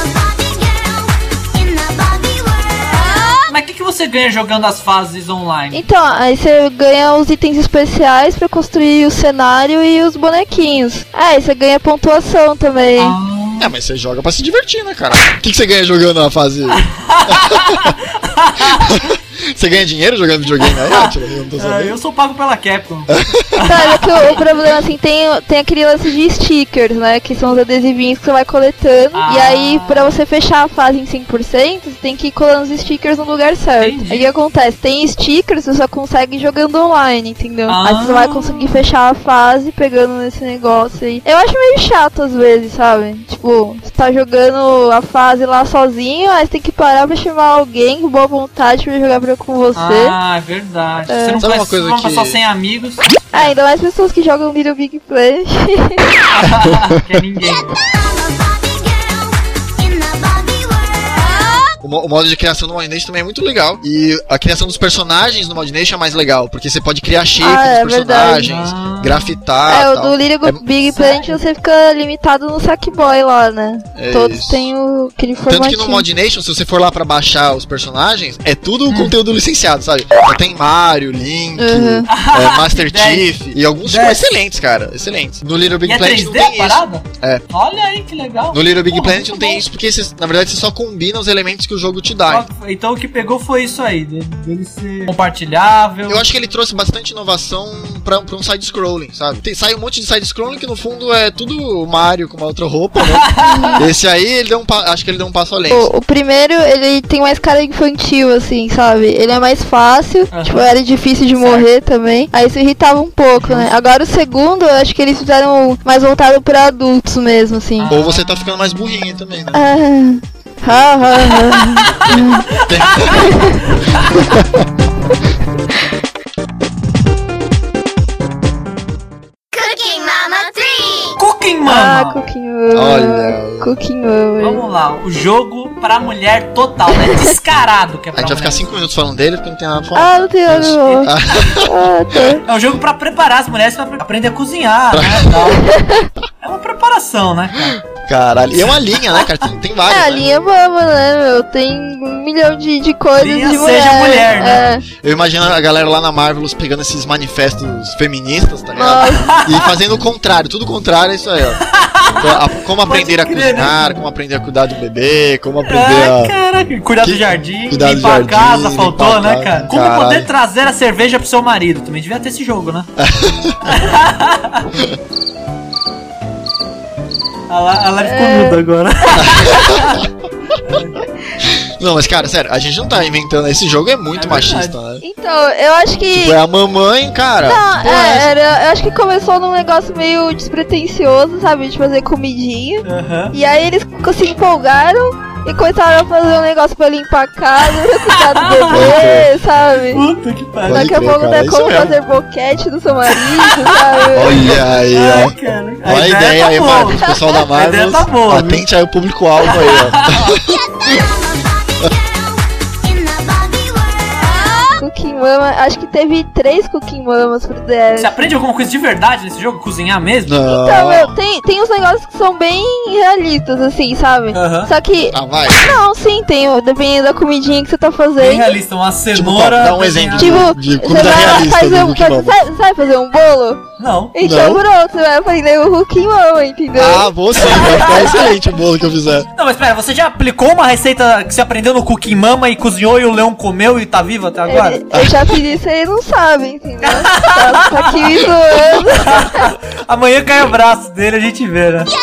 A: Mas o que, que você ganha jogando as fases online?
C: Então, aí você ganha os itens especiais pra construir o cenário e os bonequinhos. Ah, e você ganha pontuação também.
A: Ah.
B: É, mas você joga pra se divertir, né, cara? O que, que você ganha jogando a fase? Você ganha dinheiro jogando videogame aí, Atila? Eu não tô
A: Ah,
B: sabendo.
A: eu sou pago pela Capcom.
C: Sabe, é que o, o problema, assim, tem, tem aquele lance de stickers, né? Que são os adesivinhos que você vai coletando.
A: Ah.
C: E aí, pra você fechar a fase em cem por cento, você tem que ir colando os stickers no lugar certo.
A: Entendi.
C: Aí o que acontece? Tem stickers que você só consegue jogando online, entendeu?
A: Ah.
C: Aí você vai conseguir fechar a fase pegando nesse negócio aí. Eu acho meio chato às vezes, sabe? Tipo, você tá jogando a fase lá sozinho, aí você tem que parar pra chamar alguém com boa vontade pra jogar pra, com você.
A: Ah, é verdade.
C: É.
A: Você não
B: Sabe uma
A: faz
B: coisa
A: uma
B: que-
A: pessoa sem amigos.
C: Ah, ainda mais pessoas que jogam Little Big Planet.
A: Que é ninguém.
B: O, mo- o modo de criação do Mod Nation também é muito legal. E a criação dos personagens no Mod Nation é mais legal, porque você pode criar shape
C: Ah, é
B: dos
C: verdade.
B: personagens,
A: Ah.
B: grafitar.
C: É, o
B: tal.
C: do Little
B: É-
C: Big
A: sério?
C: Planet você fica limitado no Sackboy lá, né?
B: É
C: Todos
B: isso.
C: têm o, aquele
B: Tanto que
C: formatinho.
B: no Mod Nation, se você for lá pra baixar os personagens, é tudo
A: Hum.
B: conteúdo licenciado, sabe? Já tem Mario, Link,
C: Uhum.
B: é, Master
A: dez.
B: Chief, e alguns ficam
A: dez.
B: excelentes, cara. Excelentes. No Little Big
A: E é
B: Planet
A: três
B: não
A: D
B: tem
A: a parada?
B: isso. É.
A: Olha aí que legal.
B: No Little Big
A: Pô,
B: Planet
A: muito
B: não tem
A: bom.
B: isso, porque você, na verdade você só combina os elementos que o jogo te dá.
A: Só- Então o que pegou foi isso aí, dele, dele ser compartilhável.
B: Eu acho que ele trouxe bastante inovação pra, pra um side-scrolling, sabe? Tem, sai um monte de side-scrolling que no fundo é tudo o Mario com uma outra roupa, né? Esse aí, ele deu um pa- acho que ele deu um passo além.
C: O, o primeiro, ele tem mais cara infantil, assim, sabe? Ele é mais fácil,
A: Aham.
C: tipo, era difícil de
A: Certo.
C: morrer também. Aí isso irritava um pouco, né? Agora o segundo, eu acho que eles fizeram mais voltado pra adultos mesmo, assim.
B: Ou você tá ficando mais burrinho também, né?
C: Ah, ha, ha, ha.
A: Cooking
C: Ah,
A: Mama.
C: Cooking Mama.
B: Olha.
C: Cooking Mama.
A: Vamos lá, o jogo pra mulher total, né? Descarado que é
B: A
A: pra
B: gente vai ficar
A: mulher.
B: cinco minutos falando dele porque não tem nada pra falar.
C: Ah, não tem nada
B: Isso.
C: bom. Ah, tá.
A: É um jogo pra preparar as mulheres pra aprender a cozinhar, né? Tal. É uma preparação, né, cara?
B: Caralho. E é uma linha, né, cara? Tem, tem várias.
C: É, a
B: né?
C: linha mama, né, meu? Tem um milhão de, de coisas
A: Linha
C: de mulher.
A: seja mulher, né?
C: É.
B: Eu imagino a galera lá na Marvelous pegando esses manifestos feministas, tá ligado? E fazendo o contrário, tudo o contrário é isso aí, ó. Então, a- como aprender a
A: crer,
B: cozinhar,
A: né?
B: como aprender a cuidar do bebê, como aprender
A: Ah,
B: a.
A: caraca, cuidar do
B: Que-
A: jardim,
B: cuidar do
A: limpar
B: jardim,
A: a casa, faltou,
B: limpar a
A: né,
B: casa,
A: cara? Como
B: caralho.
A: poder trazer a cerveja pro seu marido? Também devia ter esse jogo, né? A La- a Lara ficou
C: É.
A: muda agora.
B: Não, mas cara, sério, a gente não tá inventando. Esse jogo é muito
A: É
B: machista, né?
C: Então, eu acho que.
B: Tipo, é a mamãe, cara.
C: Não,
B: Pô, é
C: é,
B: essa?
C: era, eu acho que começou num negócio meio despretensioso, sabe? De fazer comidinha.
A: Aham.
C: E aí eles se empolgaram e começaram a fazer um negócio pra limpar a casa, pra cuidar do bebê, sabe?
A: Puta que pariu.
B: Pode
C: Daqui a
B: crer,
C: pouco
B: cara,
C: não é
B: isso
C: como
B: mesmo.
C: fazer boquete do seu marido, sabe?
B: Olha aí,
A: Ai,
B: ó.
A: cara.
B: Olha a ideia aí,
A: tá boa.
B: Marvel. O pessoal da
A: A ideia
B: Marvel.
A: tá boa, viu?
B: Atente aí o público-alvo aí, ó.
C: Cookie Cooking Mama, acho que teve três Cooking Mamas pro D S.
A: Você aprende alguma coisa de verdade nesse jogo? Cozinhar mesmo?
B: Não.
C: Então, meu, tem, tem uns negócios que são bem realistas, assim, sabe?
A: Aham.
C: Só que...
B: Ah, vai.
C: Não, sim, tem, dependendo da comidinha que você tá
A: Bem
C: fazendo.
A: realista, uma
B: Tipo,
A: cenoura.
B: dá um exemplo de,
C: Tipo,
B: de
C: você
B: comida
C: vai
B: realista
C: fazer
B: do
C: um,
B: Cooking
C: faz,
B: Mama.
C: sabe, sabe fazer um bolo?
A: Não.
C: Então
B: Não.
C: pronto, você vai aprender o Cooking Mama, entendeu?
B: Ah, vou sim, vai ficar excelente o bolo que eu fizer.
A: Não, mas pera, você já aplicou uma receita que você aprendeu no Cooking Mama e cozinhou e o leão comeu e tá vivo até agora?
C: Ele- eu já fiz isso e ele não sabe, entendeu? Tá, tá aqui me zoando.
A: Amanhã cai o braço dele, a gente vê, né?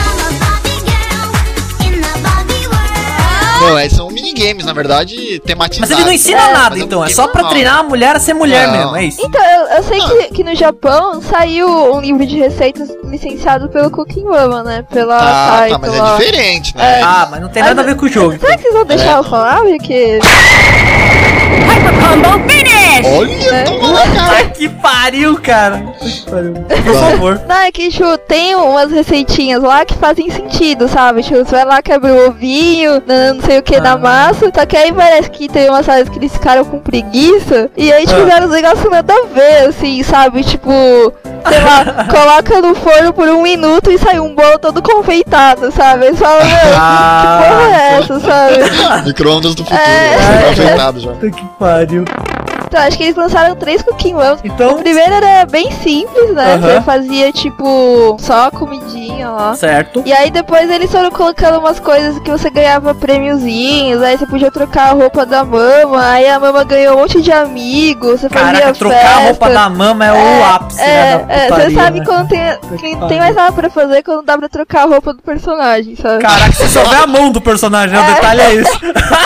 B: Não, é, são minigames, na verdade, tematizados.
A: Mas ele não ensina
C: É,
A: nada,
B: mas é um
A: então. É
B: game
A: só pra
B: normal.
A: treinar a mulher a ser mulher
B: Não.
A: mesmo, é isso?
C: Então, eu, eu sei que, que no Japão saiu um livro de receitas licenciado pelo Cooking Mama, né? Pela
B: Ah,
C: Taito
B: tá, mas
C: lá.
B: é diferente, né?
A: Ah, mas não tem nada a ver com o jogo.
C: Será que vocês vão deixar
B: É.
C: eu falar? Porque...
D: Hyper Combo Finish!
B: Olha,
C: É.
B: toma na cara.
A: Ai, que pariu, cara. Que pariu. Por favor.
C: Não, é que, tipo, tem umas receitinhas lá que fazem sentido, sabe? Tipo, você vai lá, quebra o ovinho, não, não sei o que
A: Ah.
C: na massa. Só que aí parece que tem umas salas que eles ficaram com preguiça. E aí, tipo,
A: Ah.
C: fizeram uns negócios nada a ver, assim, sabe? Tipo, sei lá, coloca no forno por um minuto e sai um bolo todo confeitado, sabe? Eles falam, meu,
A: Ah.
C: que porra é essa, sabe?
B: Micro-ondas do futuro,
C: É.
B: né? Tá afetado já.
A: Puta que pariu.
C: Então, acho que eles lançaram três Cooking Mamas.
A: Então-
C: O primeiro era bem simples, né?
A: Aham.
C: Você fazia, tipo, só comidinha lá.
A: Certo.
C: E aí depois eles foram colocando umas coisas que você ganhava prêmiozinhos, aí você podia trocar a roupa da mama, aí a mama ganhou um monte de amigos, você
A: Caraca,
C: fazia
A: trocar
C: festa.
A: a roupa da mama é, o ápice,
C: é,
A: né? Da
C: é,
A: putaria,
C: você sabe
A: né?
C: quando tem,
A: que
C: que
A: pariu.
C: tem mais nada pra fazer quando dá pra trocar a roupa do personagem, sabe?
A: Caraca, se souber a mão do personagem, né? O
C: É.
A: detalhe é isso.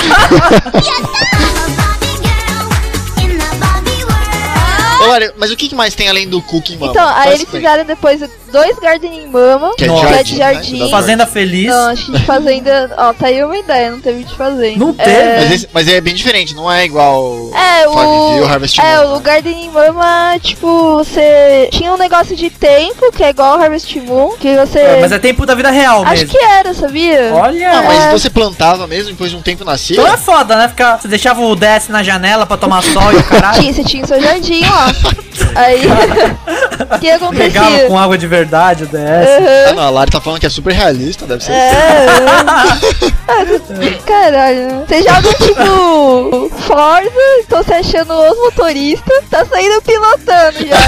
B: Ô, Lari, mas o que que mais tem além do Cooking Mama?
C: Então, aí
B: Quais
C: eles
B: tem?
C: fizeram depois dois Gardening Mama,
B: Que é
A: Nossa.
C: que é
B: jardim,
C: de
B: né?
C: jardim.
B: Que dá
A: Fazenda Feliz.
C: Não, acho que de fazenda, ó, tá aí uma ideia, não teve de fazenda.
A: Não teve?
C: É,
B: Mas, esse- mas é bem diferente, não é igual
C: É,
B: Farmville
C: o,
B: ou Harvest
C: é,
B: Moon.
C: o Gardening Mama, tipo, você tinha um negócio de tempo, que é igual ao Harvest Moon, que você...
A: É, mas é tempo da vida real
C: Acho
A: mesmo.
C: que era, sabia?
A: Olha.
B: Ah, mas
C: É.
B: você plantava mesmo, depois de um tempo nascia?
A: Então é foda, né? Ficar, você deixava o D S na janela pra tomar sol e o caralho.
C: Tinha, você tinha seu jardim lá. Aí, o que acontecia?
A: Regava com água de verdade o D S.
C: Aham.
B: Ah, não, a Lari tá falando que é super realista, deve ser.
C: É, é. Caralho. Você joga tipo Forza, tô se achando os motoristas, tá saindo pilotando já.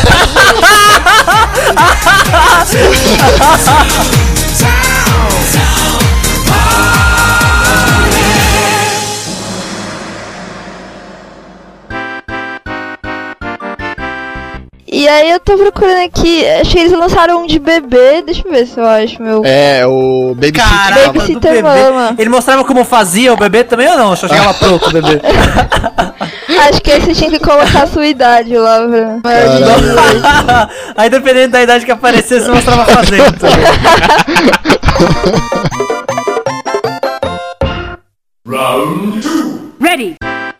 C: E aí eu tô procurando aqui, acho que eles lançaram um de bebê, deixa eu ver se eu acho, meu.
B: É, o Baby
A: Caraca,
C: Baby
A: do
C: Sitter
A: bebê.
C: Mama.
A: Ele mostrava como fazia o bebê também ou não? Só chegava pronto o bebê.
C: Acho que aí você tinha que colocar a sua idade lá pra maior de
B: Caralho.
A: Aí dependendo da idade que aparecesse, você mostrava fazendo também.
D: Ready!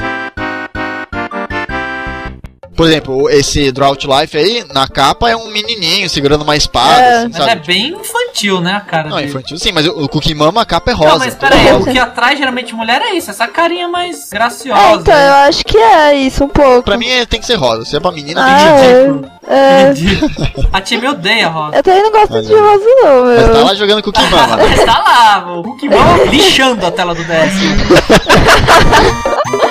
B: Por exemplo, esse Drought Life aí, na capa é um menininho segurando uma espada,
C: É.
B: assim,
A: Mas
B: sabe?
A: é bem infantil, né, a cara
B: Não,
A: dele.
B: infantil sim, mas o o Cookie Mama, a capa é rosa.
A: Não, mas
B: toda
A: pera aí,
B: rosa.
A: o que atrai geralmente mulher é isso, essa carinha mais graciosa.
C: É, então, eu acho que é isso um pouco.
B: Pra mim é- tem que ser rosa, se é pra menina
C: Ah,
B: tem que ser.
A: ridículo.
C: É.
A: Ridículo. A tia me odeia, Rosa.
C: Eu também não gosto
B: Olha.
C: de rosa não,
B: Mas tá
C: meu.
B: lá jogando Cookie Mama.
A: Mas tá lá, o Pokémon lixando a tela do D S.